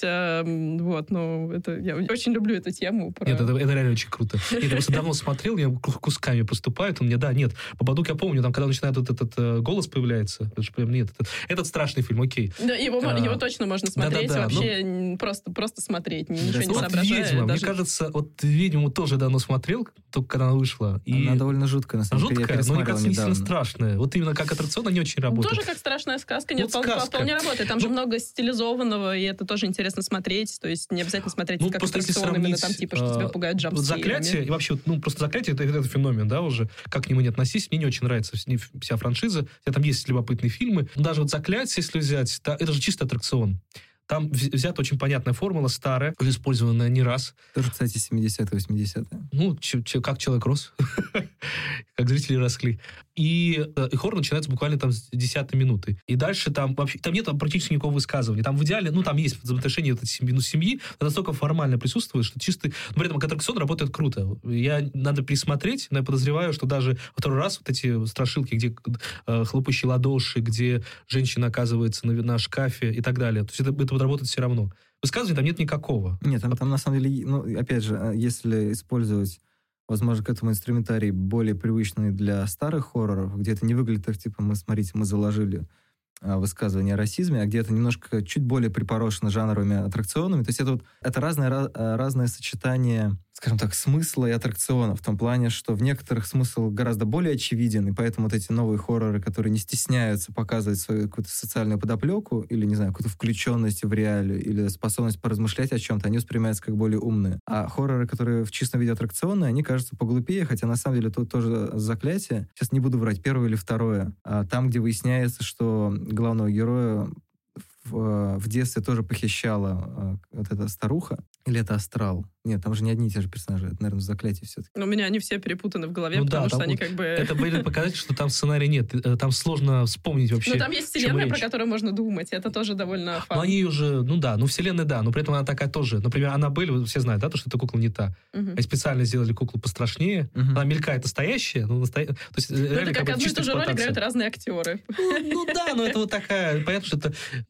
но я очень люблю эту тему. Нет, это реально очень круто. Я просто давно смотрел, я кусками поступают, он мне, нет, Бабадук я помню, там, когда начинает вот этот голос появляется, это же прям, нет, этот страшный фильм, окей. Да, его точно можно смотреть, вообще просто смотреть, ничего не соображая. «Ведьма», мне кажется, вот «Ведьму» тоже давно смотрел, только когда она вышла. Она довольно жуткая, на самом деле. Жуткая, но, мне кажется, не сильно страшная. Вот именно как аттракцион они очень работают. Тоже как страшная сказка, нет, вполне работает. Там же много стилизованного, и это тоже интересно смотреть, то есть не обязательно смотреть как аттракцион, именно там типа, что тебя пугают джампскейрами. «Заклятие», и вообще, просто «Заклятие» — это феномен, да, уже, как к нему не относись, мне не очень нравится вся франшиза, там есть любопытные фильмы, даже вот «Заклятие», если взять, это же чисто аттракцион. Там взята очень понятная формула, старая, уже использованная не раз. Тоже, кстати, 70-е, 80-е. Ну, как человек рос, как зрители росли. И хоррор начинается буквально там с 10-й минуты. И дальше там вообще нет практически никакого высказывания. Там в идеале, там есть взаимоотношения этой семьи, это настолько формально присутствует, что чисто... Но при этом как аттракцион работает круто. Надо пересмотреть, но я подозреваю, что даже второй раз вот эти страшилки, где хлопающие ладоши, где женщина оказывается на шкафе и так далее. То есть это будет работать все равно. Высказывания там нет никакого. Нет, там на самом деле, опять же, если использовать, возможно, к этому инструментарий более привычный для старых хорроров, где это не выглядит так, типа, мы заложили высказывание о расизме, а где это немножко чуть более припорошено жанровыми аттракционами. То есть это разное сочетание, скажем так, смысла и аттракциона, в том плане, что в некоторых смысл гораздо более очевиден, и поэтому вот эти новые хорроры, которые не стесняются показывать свою какую-то социальную подоплеку или, не знаю, какую-то включенность в реалию или способность поразмышлять о чем-то, они воспринимаются как более умные. А хорроры, которые в чистом виде аттракционные, они кажутся поглупее, хотя на самом деле тут тоже «Заклятие», сейчас не буду врать, первое или второе, там, где выясняется, что главного героя в детстве тоже похищала вот эта старуха. Или это астрал? Нет, там же не одни и те же персонажи. Это, наверное, «Заклятие» все-таки. Но у меня они все перепутаны в голове, потому что они как бы... Это были показать, что там сценария нет. Там сложно вспомнить вообще. Но там есть вселенная, про которую можно думать. Это тоже довольно фан. Ну, они уже... вселенная, да. Но при этом она такая тоже. Например, Аннабель, все знают, да, то, что эта кукла не та. Они специально сделали куклу пострашнее. Она мелька это настоящая. То есть, это как одну и ту же роль играют разные актеры. Но это вот такая... Понятно, что это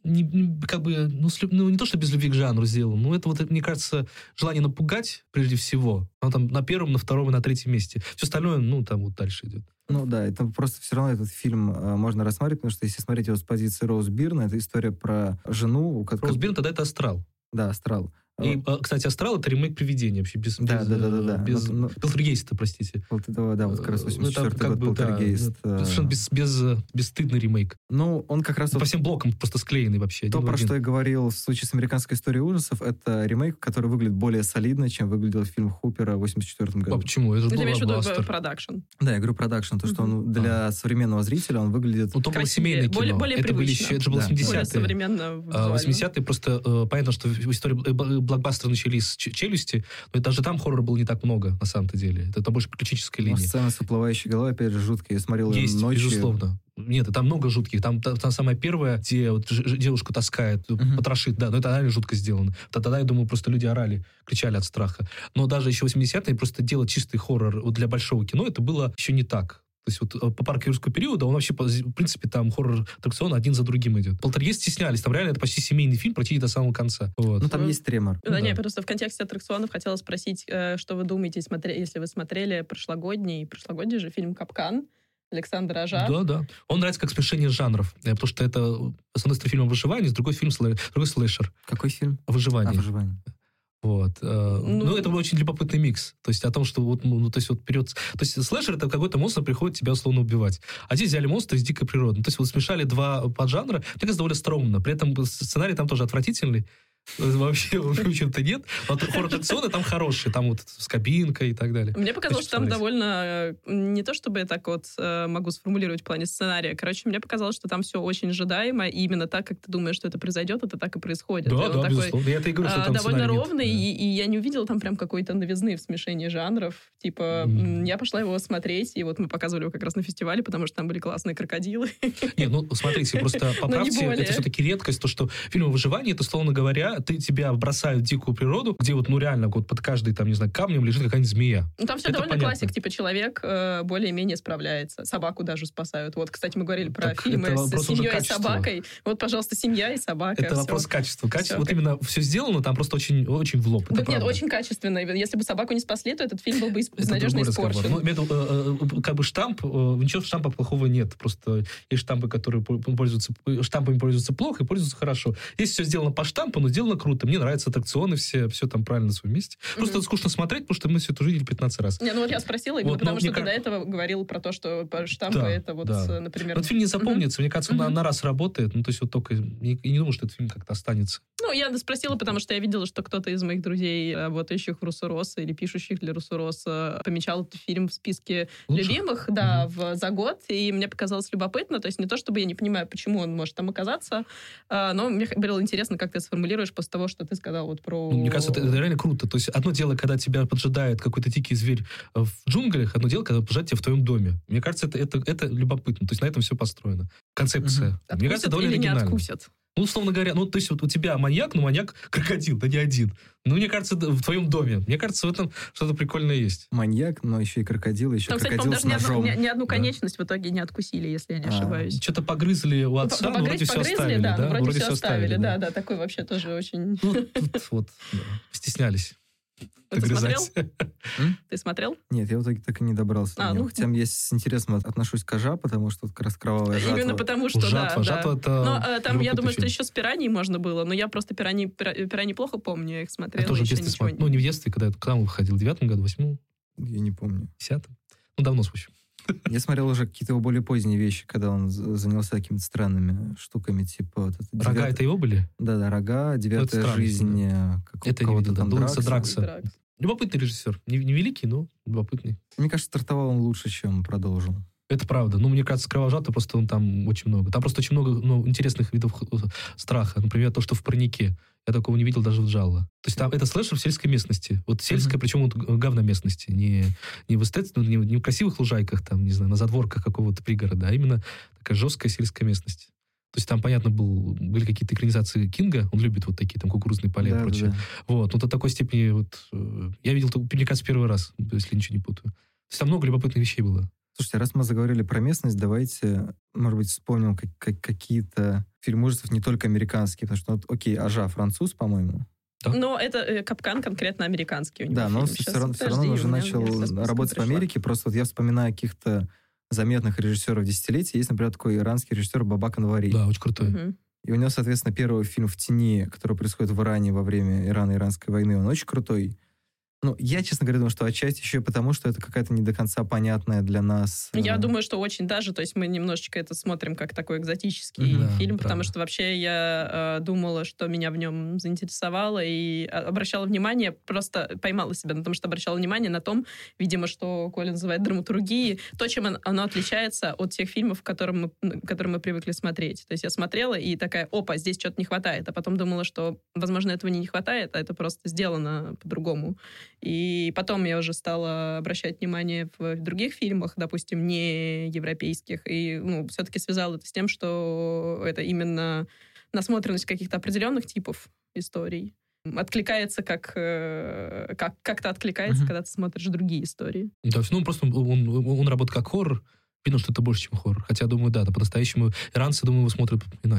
не то, что без любви к жанру сделано, но это вот, мне кажется, желание напугать, прежде всего. Оно там на первом, на втором и на третьем месте. Все остальное, там вот дальше идет. Это просто все равно этот фильм можно рассматривать, потому что если смотреть его с позиции Роуз Бирна, это история про жену, у которой... Роуз Бирн тогда это «Астрал». Да, «Астрал». И, кстати, «Астрал» — это ремейк «Привидения» вообще, без полтергейста, простите. Да, вот как раз 84-й год «Полтергейст». Совершенно бесстыдный ремейк. Он как раз... По всем блокам просто склеенный вообще. То, про что я говорил в случае с «Американской историей ужасов», это ремейк, который выглядит более солидно, чем выглядел фильм Хупера в 84-м году. А почему? Это же ты имеешь в виду продакшн. Да, я говорю продакшн, то, что он для современного зрителя он выглядит... То было семейное кино. Более привычно. Это было 80-е. Более современно визуально. 80-е просто понятно, что в истории блокбастеры начались с «Челюсти», но даже там хоррора было не так много, на самом-то деле. Это больше приключенческая линия. Сцена с уплывающей головой, опять же, жуткая. Я смотрел ее ночью. Есть, безусловно. Нет, там много жутких. Там самая первая, где вот девушку таскает, потрошит, да, но это реально жутко сделано. Тогда, я думаю, просто люди орали, кричали от страха. Но даже еще 80-е просто делать чистый хоррор для большого кино, это было еще не так. То есть вот по парку юрского периода он вообще, в принципе, там хоррор-аттракцион один за другим идет. «Полтергейст» стеснялись. Там реально это почти семейный фильм, пройти до самого конца. Вот. Там есть тремор. Да, не, просто в контексте аттракционов хотела спросить, что вы думаете, если вы смотрели прошлогодний же фильм «Капкан» Александр Ажа. Да. Он нравится как смешение жанров. Потому что это, с одной стороны, фильм о выживании, с другой фильм другой слэшер. Какой фильм? О выживании. «Выживание». Вот. Ну, это очень любопытный микс. То есть о том, что вот, то есть вот вперед... То есть слэшер — это какой-то монстр приходит тебя условно убивать. А здесь взяли монстра из дикой природы. То есть вот смешали два поджанра. Мне кажется, довольно остроумно. При этом сценарий там тоже отвратительный. Вообще, в общем-то, нет. Вот хоррор-аттракционы там хорошие, там вот с кабинкой и так далее. Мне показалось, что там довольно... Не то, чтобы я так вот могу сформулировать в плане сценария. Короче, мне показалось, что там все очень ожидаемо, и именно так, как ты думаешь, что это произойдет, это так и происходит. Да, безусловно. Я это и говорю, что там довольно ровный, нет. и я не увидела там прям какой-то новизны в смешении жанров. Типа, я пошла его смотреть, и вот мы показывали его как раз на фестивале, потому что там были классные крокодилы. Нет, ну, смотрите, просто поправьте, это все-таки редкость, то, что фильм о выживании, это, условно говоря, тебя бросают в дикую природу, где вот, ну, реально, вот под каждый, там, не знаю, камнем лежит какая-нибудь змея. Ну, там все это довольно понятно. классик, типа, человек более-менее справляется. Собаку даже спасают. Вот, кстати, мы говорили про Так фильмы это с семьей и собакой. Вот, пожалуйста, семья и собака. Это всё. вопрос качества. Всё. Вот именно все сделано, там просто очень, очень в лоб. Это Так нет, правда. очень качественно. Если бы собаку не спасли, то этот фильм был бы Это безнадежно другой разговор. испорчен. Ну, как бы штамп, ничего штампа плохого нет. Просто есть штампы, которые штампами пользуются плохо и пользуются хорошо. Здесь все сделано по штампу, но сделано круто. Мне нравятся аттракционы все там правильно на своем месте. Просто скучно смотреть, потому что мы все это уже видели 15 раз. Не, ну вот я спросила именно Вот, потому, но что мне ты до этого говорил про то, что штампы Да, это вот, да. например... Но этот фильм не запомнится. Мне кажется, он на раз работает. Ну, то есть вот только... Я не думаю, что этот фильм как-то останется. Ну, я спросила, потому что я видела, что кто-то из моих друзей, работающих в Руссо-Россо или пишущих для Руссо-Россо, помечал этот фильм в списке Лучших? любимых, да, за год, и мне показалось любопытно, то есть не то, чтобы я не понимаю, почему он может там оказаться, но мне было интересно, как ты сформулируешь после того, что ты сказал вот про... Ну, мне кажется, это реально круто. То есть одно дело, когда тебя поджидает какой-то дикий зверь в джунглях, одно дело, когда поджидает тебя в твоем доме. Мне кажется, это любопытно. То есть на этом все построено. Концепция. Откусят Мне кажется, довольно или не оригинально. откусят? Ну, условно говоря, ну, то есть вот у тебя маньяк, но маньяк крокодил, да не один. Ну, мне кажется, в твоем доме. Мне кажется, в этом что-то прикольное есть. Маньяк, но еще и крокодил, еще Там, кстати, крокодил по-моему, с даже ножом. ни одну конечность в итоге не откусили, если я не ошибаюсь. Что-то погрызли у отца, но вроде все оставили. да, вроде все всё оставили, да, такой вообще тоже очень... Ну, тут вот, да, стеснялись. Ты догрызать. смотрел? Ты смотрел? Нет, я в итоге так и не добрался. до него. Хотя я с интересом отношусь к Ажа, потому что как раз кровавая жатва. Именно потому, что, Жатва да. это... Но там, я любопытный думаю, что фильм. еще с «Пираньей» можно было, но я просто «Пираньи» плохо помню, я их смотрела. Я тоже в еще детстве ничего смотрел. Ну, не в детстве, когда он выходил, в 9-м году, 8-м, Я не помню. 10-м. Ну, давно, в общем. Я смотрел уже какие-то его более поздние вещи, когда он занялся какими-то странными штуками, типа... Вот это Рога это его были? Да, «Рога», «Девятая странно, жизнь», Это не видел, да. там Дуэкса Дракса. Дракса. Любопытный режиссер. Не великий, но любопытный. Мне кажется, стартовал он лучше, чем продолжил. Это правда. Ну, мне кажется, «Кровожата» просто он там очень много. Там просто очень много интересных видов страха. Например, то, что в «Парнике». Я такого не видел даже в «Джалло». То есть там это слэшер в сельской местности. Вот сельская, причем вот говно местности. Не в эстетике, не в красивых лужайках, там, не знаю, на задворках какого-то пригорода, а именно такая жесткая сельская местность. То есть там, понятно, были какие-то экранизации Кинга, он любит вот такие там кукурузные поля и прочее. Да. Вот, до такой степени вот... Я видел, мне кажется, первый раз, если ничего не путаю. То есть там много любопытных вещей было. Слушайте, раз мы заговорили про местность, давайте, может быть, вспомним какие-то фильмы ужасов не только американские, потому что, вот, окей, Ажа француз, по-моему. Да. Но это «Капкан» конкретно американский у него Да, но фильм. все равно он уже начал работать в Америке. Просто вот я вспоминаю каких-то заметных режиссеров десятилетия. Есть, например, такой иранский режиссер Бабак Анвари. Да, очень крутой. Угу. И у него, соответственно, первый фильм «В тени», который происходит в Иране во время Ирано-Иранской войны, он очень крутой. Ну, я, честно говоря, думаю, что отчасти еще и потому, что это какая-то не до конца понятная для нас... Я думаю, что очень даже, то есть мы немножечко это смотрим как такой экзотический фильм, потому что вообще я думала, что меня в нем заинтересовало и обращала внимание, просто поймала себя на том, что обращала внимание на том, видимо, что Коля называет драматургией, то, чем оно отличается от тех фильмов, которые мы привыкли смотреть. То есть я смотрела и такая, опа, здесь что-то не хватает, а потом думала, что, возможно, этого не хватает, а это просто сделано по-другому. И потом я уже стала обращать внимание в других фильмах, допустим, не европейских, и все-таки связала это с тем, что это именно насмотренность каких-то определенных типов историй откликается как-то откликается, когда ты смотришь другие истории. Да, просто он работает как хоррор, видно, что это больше, чем хоррор. Хотя, думаю, да, по-настоящему иранцы, думаю, его смотрят иначе.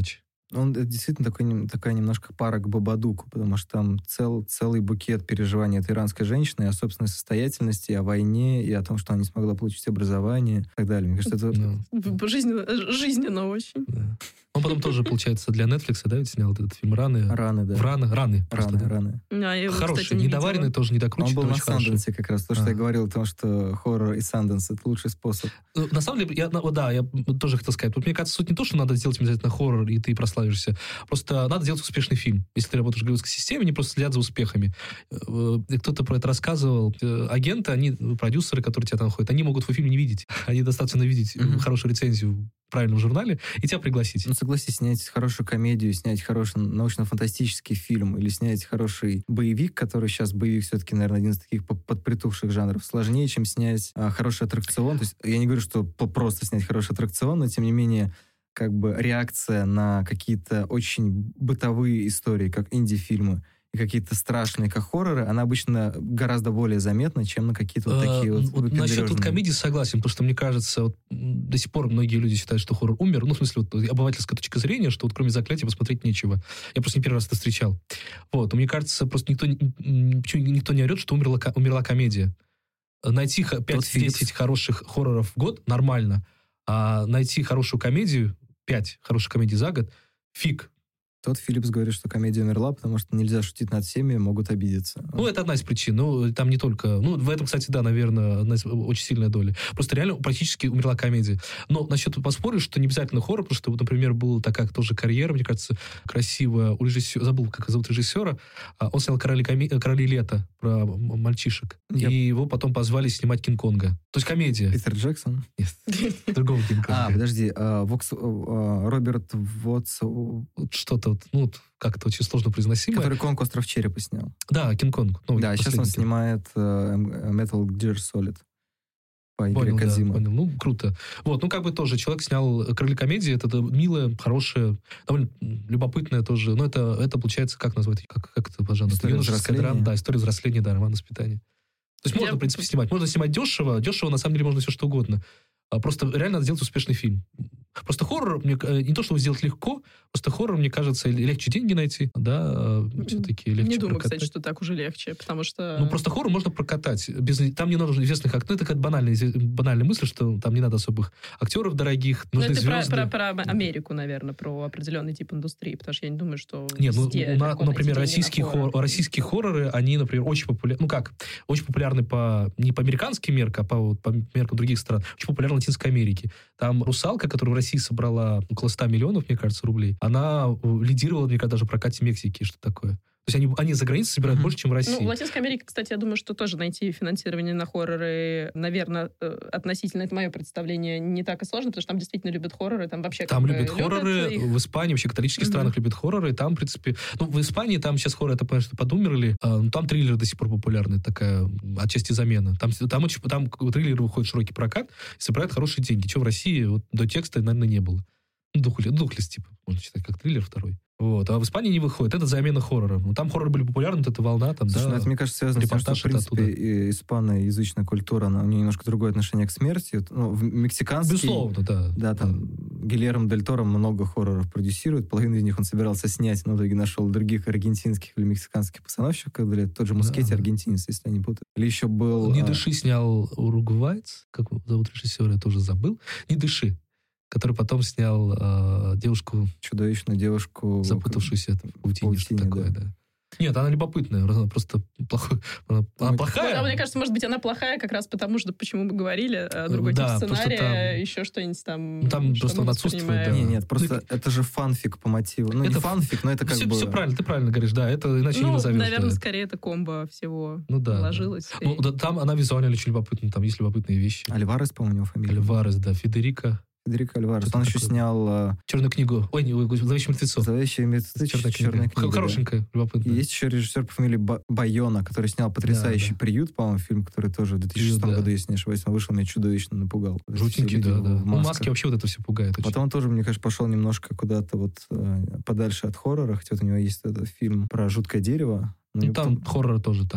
Он действительно такая немножко пара к Бабадуку, потому что там целый букет переживаний от иранской женщины, и о собственной состоятельности, и о войне, и о том, что она не смогла получить образование и так далее. Мне кажется, это... Жизненно очень. Да. Он потом тоже, получается, для Netflix, да, ведь снял этот фильм «Раны». «Раны», да. «Раны». «Раны». Хороший, кстати, недоваренный, тоже недокрученный. Он был на Санденсе как раз, то, что я говорил о том, что хоррор и Санденс — это лучший способ. На самом деле, я тоже хотел сказать. Вот мне кажется, суть не то, что надо сделать обязательно хоррор, и ты прославишься. Просто надо делать успешный фильм. Если ты работаешь в голливудской системе, не просто следят за успехами. Кто-то про это рассказывал. Агенты, они, продюсеры, которые тебя там ходят, они могут твой фильм не видеть. Они достаточно видеть хорошую рецензию в правильном журнале и тебя пригласить. Ну, согласись, снять хорошую комедию, снять хороший научно-фантастический фильм или снять хороший боевик, который сейчас боевик все-таки, наверное, один из таких подпритухших жанров, сложнее, чем снять хороший аттракцион. То есть я не говорю, что просто снять хороший аттракцион, но, тем не менее, как бы реакция на какие-то очень бытовые истории, как инди-фильмы, и какие-то страшные, как хорроры, она обычно гораздо более заметна, чем на какие-то вот такие вот насчет вот комедии согласен, потому что, мне кажется, вот, до сих пор многие люди считают, что хоррор умер. Ну, в смысле, вот, обывательская точка зрения, что вот кроме «Заклятия» посмотреть нечего. Я просто не первый раз это встречал. Вот. Но мне кажется, просто никто не орет, что умерла комедия. Найти 5-10 хороших хорроров в год нормально, а найти хорошую комедию, 5 хороших комедий за год, фиг. Тодд Филлипс говорит, что комедия умерла, потому что нельзя шутить над всеми, могут обидеться. Ну, это одна из причин. Ну, там не только... Ну, в этом, кстати, да, наверное, очень сильная доля. Просто реально практически умерла комедия. Но насчет поспорю, что не обязательно хоррор, потому что, вот, например, была такая тоже карьера, мне кажется, красивая у режиссера... Забыл, как зовут режиссера. Он снял «Короли лета» про мальчишек. И его потом позвали снимать «Кинг-Конга». То есть комедия. Питер Джексон? Нет. Другого «Кинг-Конга». Подожди. Роберт Вотс... Что-то, ну, как-то очень сложно произносимое. Который «Конг. Остров черепа» снял. Да, «Кинг-Конг». Да, сейчас он снимает Metal Gear Solid по игре Кодзима. Понял. Ну, круто. Вот, ну, как бы тоже человек снял «Короли комедии». Это милое, хорошее, довольно любопытное тоже. Но это получается, как назвать? Как это по жанру? История взросления. Да, история взросления, да, роман воспитания. То есть можно, в принципе, снимать. Можно снимать дешево. Дешево, на самом деле, можно все что угодно. Просто реально надо сделать успешный фильм. Просто хоррор, не то, что сделать легко, просто хоррор, мне кажется, легче деньги найти, да, все-таки легче Не думаю, прокатать. кстати, что так уже легче, потому что... Ну, просто хоррор можно прокатать. Там не нужно известных актеров. Ну, это какая-то банальная мысль, что там не надо особых актеров дорогих, нужны звезды. Про Америку, наверное, про определенный тип индустрии, потому что я не думаю, что Нет, например, российские российские хорроры, они, например, очень популярны, очень популярны не по американским меркам, а по меркам других стран, очень популярны в Латинской Америке. Там «Русалка», которая в России собрала около 100 миллионов, мне кажется, рублей, она лидировала, мне кажется, даже в прокате Мексики, что такое. То есть они за границей собирают больше, чем в России. Ну, в Латинской Америке, кстати, я думаю, что тоже найти финансирование на хорроры, наверное, относительно, это мое представление, не так и сложно, потому что там действительно любят хорроры, там вообще там любят хорроры, их. В Испании, вообще в католических странах любят хорроры, там, в принципе... Ну, в Испании там сейчас хорроры, это, понятно, что подумерли, там триллеры до сих пор популярны, такая отчасти замена. Там триллеры выходят в широкий прокат и собирают хорошие деньги, чего в России вот, до текста, наверное, не было. Духлес, типа, можно считать, как триллер второй. Вот. А в Испании не выходит. Это замена хоррора. Ну, там хорроры были популярны, вот эта волна. Там, слушай, да, это, мне кажется, связано с тем, что, в принципе, испаноязычная культура, у нее немножко другое отношение к смерти. Ну, мексиканский... Безусловно, да. Да, там Гильермо Дель Торо много хорроров продюсирует. Половину из них он собирался снять, но в итоге нашел других аргентинских или мексиканских постановщиков. Или тот же Мускетти, аргентинец, если я не путаю. Или еще был... «Не дыши» снял уругвайец. Как зовут режиссера, я тоже забыл. «Не дыши», который потом снял чудовищную девушку, запутавшуюся в паутине, что такое, да. Нет, она любопытная, она просто плохая. Она плохая. Мне кажется, может быть, она плохая как раз потому, что, почему мы говорили, другой тип сценария, еще что-нибудь там. Там просто он отсутствует, да. Нет, просто это же фанфик по мотиву. Ну, это не фанфик, но это как бы... Все правильно, ты правильно говоришь, да, это иначе не назовешь. Наверное, скорее это комбо всего ложилось. Ну, там она визуально очень любопытна, там есть любопытные вещи. Альварес, по-моему, у него фамилия. Альварес, да, Федерико Альварес. Он еще снял... «Черную книгу». Ой, «Зловещих мертвецов». «Зловещие мертвецы», «Черная книга». Хорошенькая, любопытная. Есть еще режиссер по фамилии Байона, который снял потрясающий «Приют», по-моему, фильм, который тоже в 2006 году, если не ошибаюсь, он вышел, меня чудовищно напугал. Жутенький, да. Ну, маски вообще вот это все пугает. Потом он тоже, мне кажется, пошел немножко куда-то вот подальше от хоррора, хотя вот у него есть этот фильм про жуткое дерево. Ну, там хоррор тоже так.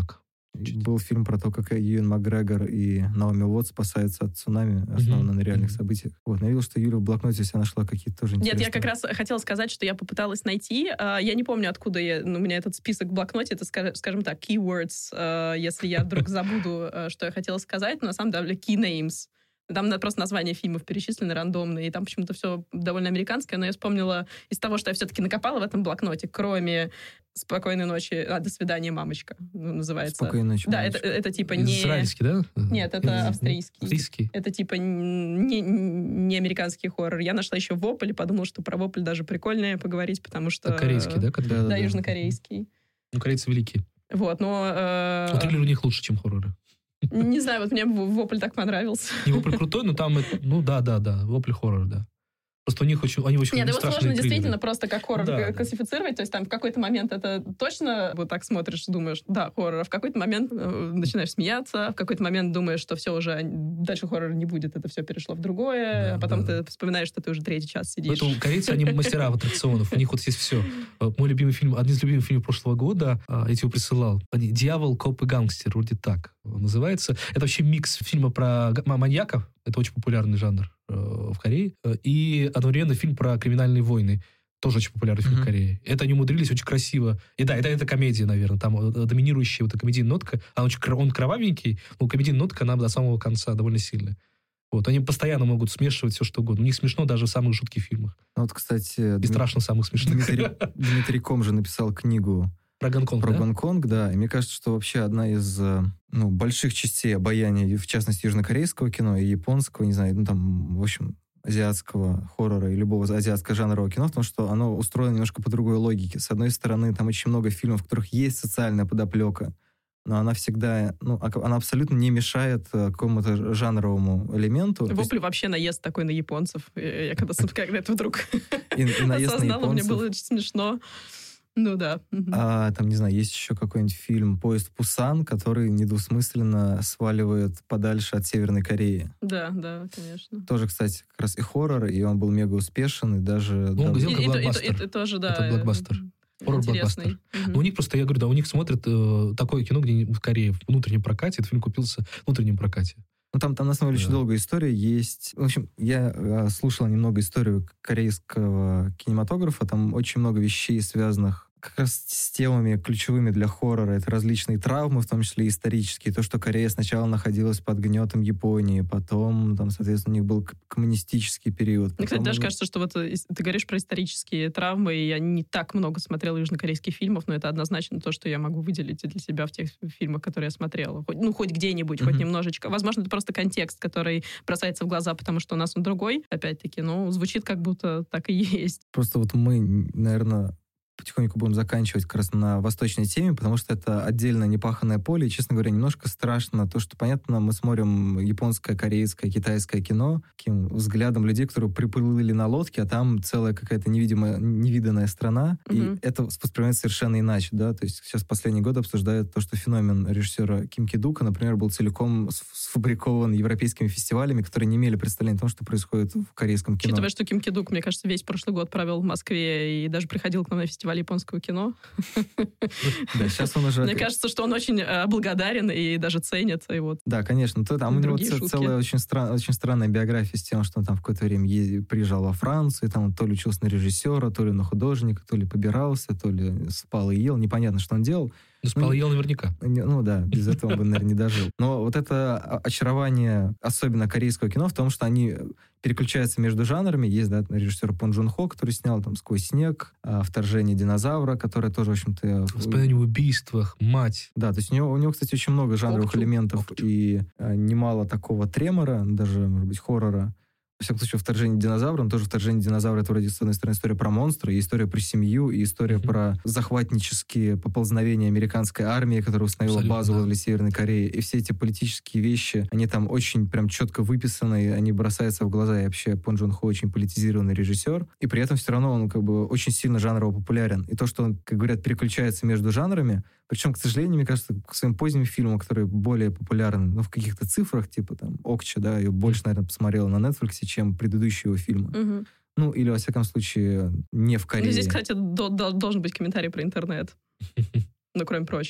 Был фильм про то, как Юэн Макгрегор и Наоми Уотс спасаются от цунами, основанный на реальных событиях. Вот, но я видел, что Юля в блокноте себя нашла какие-то тоже интересные. Нет, я как раз хотела сказать, что я попыталась найти. Я не помню, откуда у меня этот список в блокноте. Это, скажем так, keywords, если я вдруг забуду, что я хотела сказать. Но на самом деле key names. Там просто названия фильмов перечислены рандомные, и там почему-то все довольно американское, но я вспомнила из того, что я все-таки накопала в этом блокноте, кроме «Спокойной ночи», «До свидания, мамочка» называется. «Спокойной ночи, Да, мамочка». это типа не... Израильский, да? Нет, это австрийский. Австрийский? Это типа не американский хоррор. Я нашла еще «Вопль» и подумала, что про «Вопль» даже прикольнее поговорить, потому что... Это корейский, да? Да, южнокорейский. Ну, корейцы великие. Вот, но... Триллеры у них лучше, чем хорроры. Не знаю, вот мне «Вопль» так понравился. Не, «Вопль» крутой, но там, да, «Вопль» хоррор, да. Просто у них они очень Нет, его страшные сложно триллеры. действительно просто как хоррор Да. классифицировать. То есть там в какой-то момент это точно вот так смотришь, думаешь, да, хоррор. А в какой-то момент начинаешь смеяться, в какой-то момент думаешь, что все уже, дальше хоррора не будет, это все перешло в другое, Да, а потом да. ты вспоминаешь, что ты уже третий час сидишь. Поэтому корейцы, они мастера аттракционов. У них вот есть все. Мой любимый фильм, один из любимых фильмов прошлого года, я тебе присылал. «Дьявол, коп и гангстер», вроде так он называется. Это вообще микс фильма про маньяков. Это очень популярный жанр в Корее. И одновременно фильм про криминальные войны. Тоже очень популярный фильм в Корее. Это они умудрились очень красиво. И да, это комедия, наверное. Там доминирующая вот эта комедийная нотка. Он кровавенький, но комедийная нотка, она до самого конца довольно сильная. Вот, они постоянно могут смешивать все, что угодно. У них смешно даже в самых жутких фильмах. Ну, вот, кстати... И страшно в самых смешных. Дмитрий Ком же написал книгу про Гонконг, про да? Гонконг, да. И мне кажется, что вообще одна из больших частей обаяния, в частности, южнокорейского кино и японского, не знаю, в общем, азиатского хоррора и любого азиатского жанрового кино, в том, что оно устроено немножко по другой логике. С одной стороны, там очень много фильмов, в которых есть социальная подоплека, но она всегда, она абсолютно не мешает какому-то жанровому элементу. «Вопль» вообще наезд такой на японцев. Я когда это вдруг и наезд осознала, на мне японцев. было очень смешно. Ну да. Там, не знаю, есть еще какой-нибудь фильм «Поезд в Пусан», который недвусмысленно сваливает подальше от Северной Кореи. Да, конечно. Тоже, кстати, как раз и хоррор, и он был мега успешен, и даже... Он где блокбастер. И тоже, да. Это блокбастер. Хоррор-блокбастер. У них просто, я говорю, да, у них смотрят такое кино, где в Корее в внутреннем прокате, этот фильм купился в внутреннем прокате. Там на самом деле очень долгая история есть. В общем, я слушал немного историю корейского кинематографа, там очень много вещей, связанных как раз с темами ключевыми для хоррора. Это различные травмы, в том числе исторические. То, что Корея сначала находилась под гнетом Японии, потом, соответственно, у них был коммунистический период. Мне, кстати, даже кажется, что вот ты говоришь про исторические травмы, и я не так много смотрела южнокорейских фильмов, но это однозначно то, что я могу выделить для себя в тех фильмах, которые я смотрела. Хоть где-нибудь, хоть немножечко. Возможно, это просто контекст, который бросается в глаза, потому что у нас он другой. Опять-таки, звучит как будто так и есть. Просто вот мы, наверное, потихоньку будем заканчивать как раз на восточной теме, потому что это отдельно непаханное поле, и, честно говоря, немножко страшно то, что, понятно, мы смотрим японское, корейское, китайское кино таким взглядом людей, которые приплыли на лодке, а там целая какая-то невиданная страна, и это воспринимается совершенно иначе, да, то есть сейчас в последние годы обсуждают то, что феномен режиссера Ким Ки Дука, например, был целиком сфабрикован европейскими фестивалями, которые не имели представления о том, что происходит в корейском кино. Учитывая, что Ким Ки Дук, мне кажется, весь прошлый год провел в Москве и даже приходил к нам на фестиваль японского кино. Да, сейчас он уже... Мне кажется, что он очень благодарен и даже ценит. И вот. Да, конечно. Там у него целая очень странная биография с тем, что он там в какое-то время приезжал во Францию, и там он то ли учился на режиссера, то ли на художника, то ли побирался, то ли спал и ел. Непонятно, что он делал. Спал и ел наверняка. Да, без этого он бы, наверное, не дожил. Но вот это очарование, особенно корейского кино, в том, что они переключаются между жанрами. Есть, да, режиссер Пон Джун Хо, который снял там «Сквозь снег», «Вторжение динозавра», которое тоже, в общем-то... «Воспоминания об убийствах», «Мать». Да, то есть у него, кстати, очень много жанровых элементов и немало такого тремора, даже, может быть, хоррора. Во всяком случае, «Вторжение динозавра», но тоже «Вторжение динозавра» — это вроде, с одной стороны, история про монстра, и история про семью, и история про захватнические поползновения американской армии, которая установила базу возле Северной Кореи. И все эти политические вещи, они там очень прям четко выписаны, и они бросаются в глаза. И вообще Пон Джун Хо очень политизированный режиссер, и при этом все равно он как бы очень сильно жанрово популярен. И то, что он, как говорят, переключается между жанрами, причем, к сожалению, мне кажется, к своим поздним фильмам, которые более популярны, в каких-то цифрах, типа там «Окча», да, ее больше, наверное, посмотрела на Netflix, чем предыдущие его фильмы. Или, во всяком случае, не в Корее. Здесь, кстати, должен быть комментарий про интернет. Кроме прочего.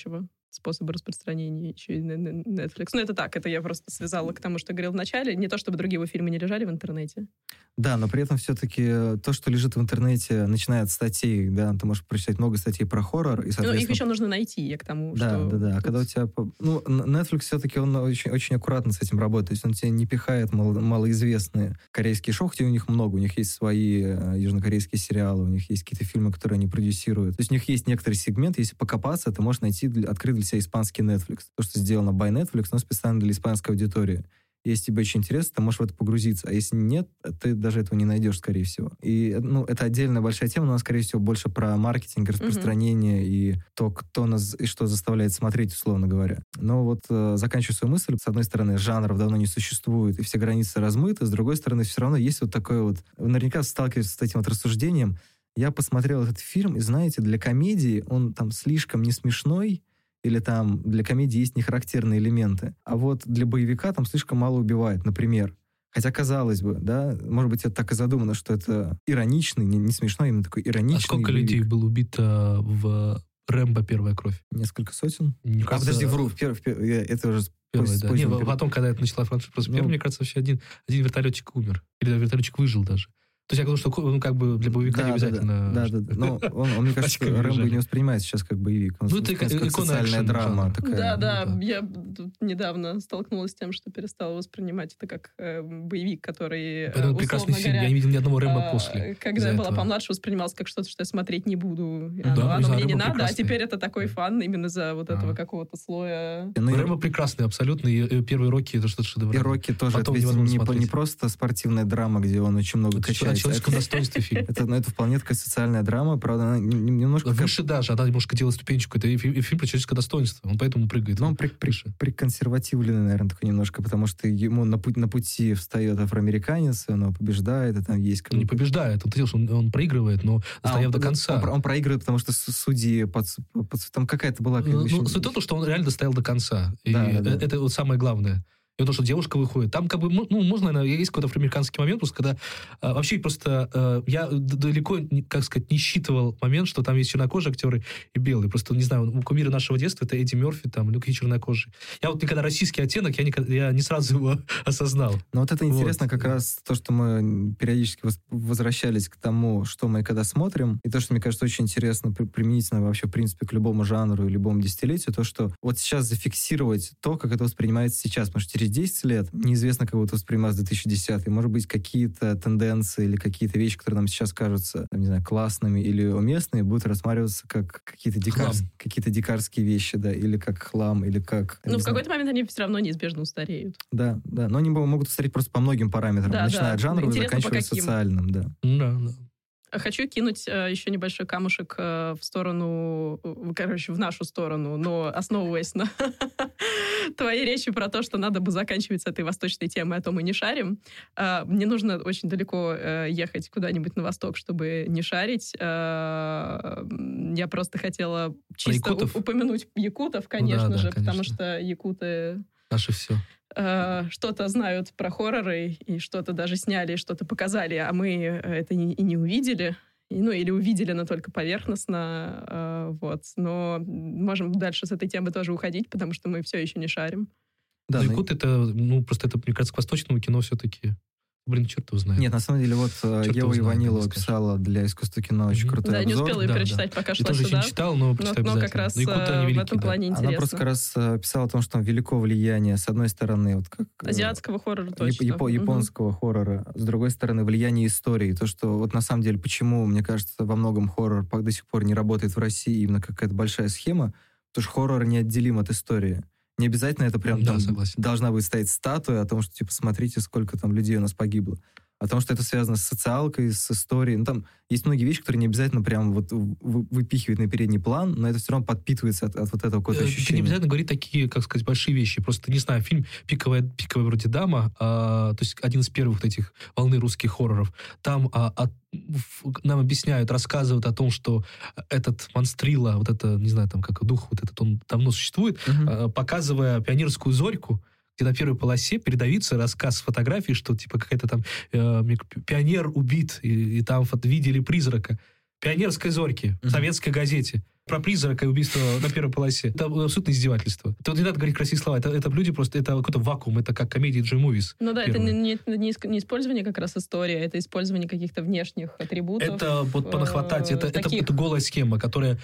способы распространения еще и на Netflix. Ну, это так, это я просто связала к тому, что говорил в начале. Не то, чтобы другие его фильмы не лежали в интернете. Да, но при этом все-таки то, что лежит в интернете, начиная от статей, да, ты можешь прочитать много статей про хоррор, и, соответственно... Ну, их еще нужно найти, я к тому, да, что... Да. А когда у тебя... Ну, Netflix все-таки, он очень, очень аккуратно с этим работает. То есть он тебе не пихает малоизвестные корейские шоу, хотя у них много. У них есть свои южнокорейские сериалы, у них есть какие-то фильмы, которые они продюсируют. То есть у них есть некоторый сегмент, если покопаться, ты можешь найти, открыть для себя испанский Netflix. То, что сделано by Netflix, но специально для испанской аудитории. Если тебе очень интересно, ты можешь в это погрузиться. А если нет, ты даже этого не найдешь, скорее всего. И, ну, это отдельная большая тема, но она, скорее всего, больше про маркетинг, распространение и то, кто нас и что заставляет смотреть, условно говоря. Но вот, заканчиваю свою мысль, с одной стороны, жанров давно не существует, и все границы размыты, с другой стороны, все равно есть вот такое вот... Вы наверняка сталкиваетесь с этим вот рассуждением. Я посмотрел этот фильм, и, знаете, для комедии он там слишком не смешной, или там для комедии есть нехарактерные элементы. А вот для боевика там слишком мало убивает, например. Хотя, казалось бы, да, может быть, это так и задумано, что это ироничный, не смешной, именно такой ироничный А сколько боевик. людей было убито в «Рэмбо. Первая кровь»? Несколько сотен? Мне кажется, подожди, вру, это уже... Первая, да. Не, позже. потом, когда это начала франшиза, просто первый, мне кажется, вообще один вертолетчик умер. Или вертолетчик выжил даже. То есть я говорю, что ну, как бы для боевика не обязательно... Да. Но он, мне кажется, Рэмбо не воспринимается сейчас как боевик. Он, ну, это как икона социальная драма жанра. такая. Да, я тут недавно столкнулась с тем, что перестала воспринимать это как боевик, который, это прекрасный фильм, говоря, я не видел ни одного Рэмбо после. Когда я была помладше, воспринималось как что-то, что я смотреть не буду. Да, Оно мне не Рэмбо надо, прекрасный. а теперь это такой фан именно за вот этого какого-то слоя. Рэмбо прекрасный абсолютно, и первый Рокки это что-то шедевральное. И Рокки тоже, Потом это ведь невозможно не просто спортивная драма, где он очень много это качается. человеческое достоинство фильм. Это вполне такая социальная драма, правда, она немножко... Выше даже, она немножко делает ступенечку. Это фильм про человеческое достоинство. Он поэтому прыгает. Но он приконсервативленный, наверное, такой немножко, потому что ему на пути встает афроамериканец, и он побеждает, и там есть... Он не побеждает, он проигрывает, но достояв до конца. Он проигрывает, потому что судьи... Там какая-то была... Суть в том, что он реально достоял до конца. И это вот самое главное. И то, что девушка выходит. Там как бы, ну, можно, наверное, есть какой-то афроамериканский момент, просто когда... вообще просто я далеко, как сказать, не считывал момент, что там есть чернокожие актеры и белые. Просто, не знаю, кумиры нашего детства — это Эдди Мерфи, там, Люк и чернокожие. Я вот никогда российский оттенок, я не сразу его осознал. Но вот это интересно как раз то, что мы периодически возвращались к тому, что мы когда смотрим, и то, что, мне кажется, очень интересно применительно вообще, в принципе, к любому жанру и любому десятилетию, то, что вот сейчас зафиксировать то, как это воспринимается сейчас, потому что через 10 лет неизвестно, как это воспринимается 2010. Может быть, какие-то тенденции или какие-то вещи, которые нам сейчас кажутся, не знаю, классными или уместными, будут рассматриваться как какие-то дикарские вещи, да, или как хлам, или как... Ну, в какой-то момент они все равно неизбежно устареют. Да, но они могут устареть просто по многим параметрам, начиная от жанра и заканчивая социальным, да. Да. Хочу кинуть еще небольшой камушек в сторону, короче, в нашу сторону, но основываясь на твоей речи про то, что надо бы заканчивать с этой восточной темой, а то мы не шарим. Мне нужно очень далеко ехать куда-нибудь на восток, чтобы не шарить. Я просто хотела чисто упомянуть якутов, конечно же, потому что якуты... Наше все. Что-то знают про хорроры, и что-то даже сняли, и что-то показали, а мы это и не увидели. Или увидели, но только поверхностно. Вот. Но можем дальше с этой темы тоже уходить, потому что мы все еще не шарим. Да, якут это, просто это, мне кажется, к восточному кино все-таки... Блин, черт его знает. Нет, на самом деле, вот Ева Иванилова писала для искусства кино очень крутой обзор. Да, не успела ее перечитать, пока шла сюда. Я тоже еще не читал, но как раз в этом плане интересно. Она просто как раз писала о том, что там велико влияние, с одной стороны, вот как... Азиатского хоррора точно. Японского хоррора. С другой стороны, влияние истории. То, что вот на самом деле, почему, мне кажется, во многом хоррор до сих пор не работает в России, именно какая-то большая схема, потому что хоррор неотделим от истории. Не обязательно это прям должна быть стоять статуя о том, что, типа, смотрите, сколько там людей у нас погибло. О том, что это связано с социалкой, с историей. Ну, там есть многие вещи, которые не обязательно прям вот выпихивать на передний план, но это все равно подпитывается от вот этого какого-то ощущения. Не обязательно говорить такие, как сказать, большие вещи. Просто, не знаю, фильм «Пиковая вроде дама», то есть один из первых вот этих волны русских хорроров, там нам объясняют, рассказывают о том, что этот монстрила, вот это, не знаю, там как дух, вот этот, он давно существует, показывая пионерскую зорьку, где на первой полосе передавится рассказ с фотографией, что типа какая-то там пионер убит, и там видели призрака. Пионерской зорьки в советской газете. про призрака и убийство на первой полосе. Это абсолютно издевательство. Это вот не надо говорить красивые слова. Это люди просто... Это какой-то вакуум. Это как комедии J-Movies. Ну да, это не использование как раз истории, это использование каких-то внешних атрибутов. Это вот понахватать. Это голая схема, которая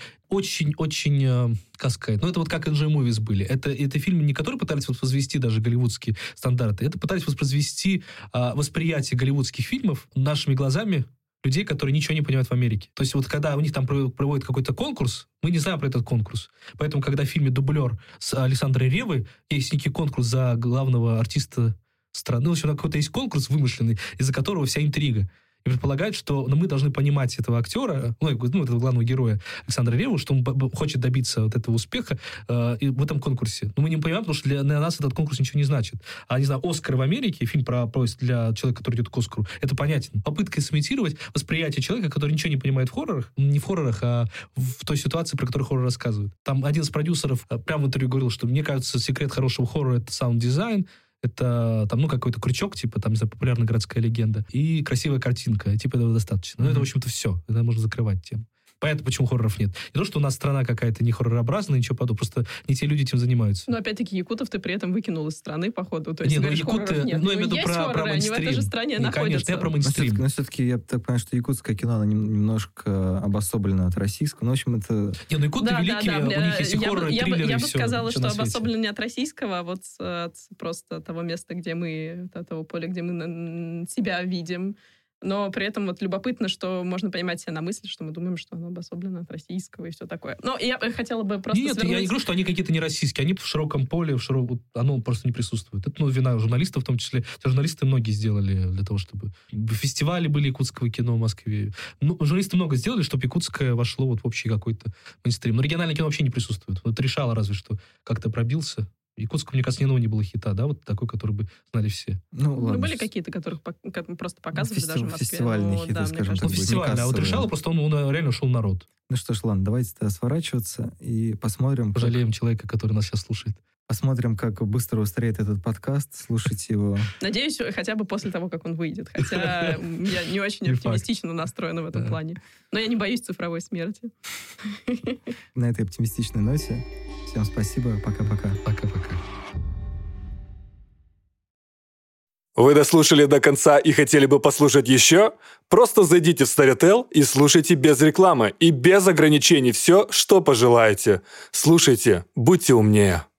очень, как сказать, ну это вот как и J-Movies были. Это фильмы, не которые пытались воспроизвести даже голливудские стандарты, это пытались воспроизвести восприятие голливудских фильмов нашими глазами людей, которые ничего не понимают в Америке. То есть вот когда у них там проводят какой-то конкурс, мы не знаем про этот конкурс. Поэтому, когда в фильме «Дублер» с Александрой Реввой есть некий конкурс за главного артиста страны, в общем, какой-то есть конкурс вымышленный, из-за которого вся интрига. И предполагает, что мы должны понимать этого актера, этого главного героя Александра Ревву, что он хочет добиться вот этого успеха и в этом конкурсе. Но мы не понимаем, потому что для нас этот конкурс ничего не значит. А, не знаю, «Оскар» в Америке, фильм про поиск для человека, который идет к «Оскару», это понятен. Попытка сымитировать восприятие человека, который ничего не понимает в хоррорах, не в хоррорах, а в той ситуации, про которую хоррор рассказывают. Там один из продюсеров прямо в интервью говорил, что мне кажется, секрет хорошего хоррора — это саунд-дизайн, это там, какой-то крючок, типа, там, не знаю, популярная городская легенда, и красивая картинка, типа, этого достаточно. Но это, в общем-то, все. Это можно закрывать тему. Понятно, почему хорроров нет. Не то, что у нас страна какая-то не хорророобразная, ничего подобного, просто не те люди этим занимаются. Но, опять-таки, якутов ты при этом выкинул из страны, походу. То есть, якуты, нет. Я имею в виду есть про хорроры, они в этой же стране находятся. Конечно, я про мейнстрим. Но все-таки я так понимаю, что якутское кино, оно немножко обособлено от российского. Ну, в общем, это... Якуты великие, у них есть хорроры, триллеры, Я бы все, сказала, что на свете. обособлено не от российского, а вот от просто того места, где мы, от того поля, где мы себя видим. Но при этом вот любопытно, что можно поймать себя на мысли, что мы думаем, что оно обособлено от российского и все такое. Но я хотела бы просто Нет, я не говорю, что они какие-то не российские. Они в широком поле, оно просто не присутствует. Это вина журналистов в том числе. Журналисты многие сделали для того, чтобы... Фестивали были якутского кино в Москве. Журналисты много сделали, чтобы якутское вошло вот в общий какой-то мейнстрим. Но региональное кино вообще не присутствует. Вот Решала разве что как-то пробился. Якутского, мне кажется, ни одного не было хита, да, вот такой, который бы знали все. Ладно. Были какие-то, которых просто показывали даже в Москве. Фестивальные хиты, скажем так. Фестивальные, а вот Решала просто он реально ушел в народ. Ну что ж, ладно, давайте тогда сворачиваться и посмотрим... Пожалеем человека, который нас сейчас слушает. Посмотрим, как быстро устареет этот подкаст, слушайте его. Надеюсь, хотя бы после того, как он выйдет. Хотя я не очень оптимистично настроена в этом плане. Но я не боюсь цифровой смерти. На этой оптимистичной ноте всем спасибо, пока-пока. Пока-пока. Вы дослушали до конца и хотели бы послушать еще? Просто зайдите в Storytel и слушайте без рекламы и без ограничений все, что пожелаете. Слушайте, будьте умнее.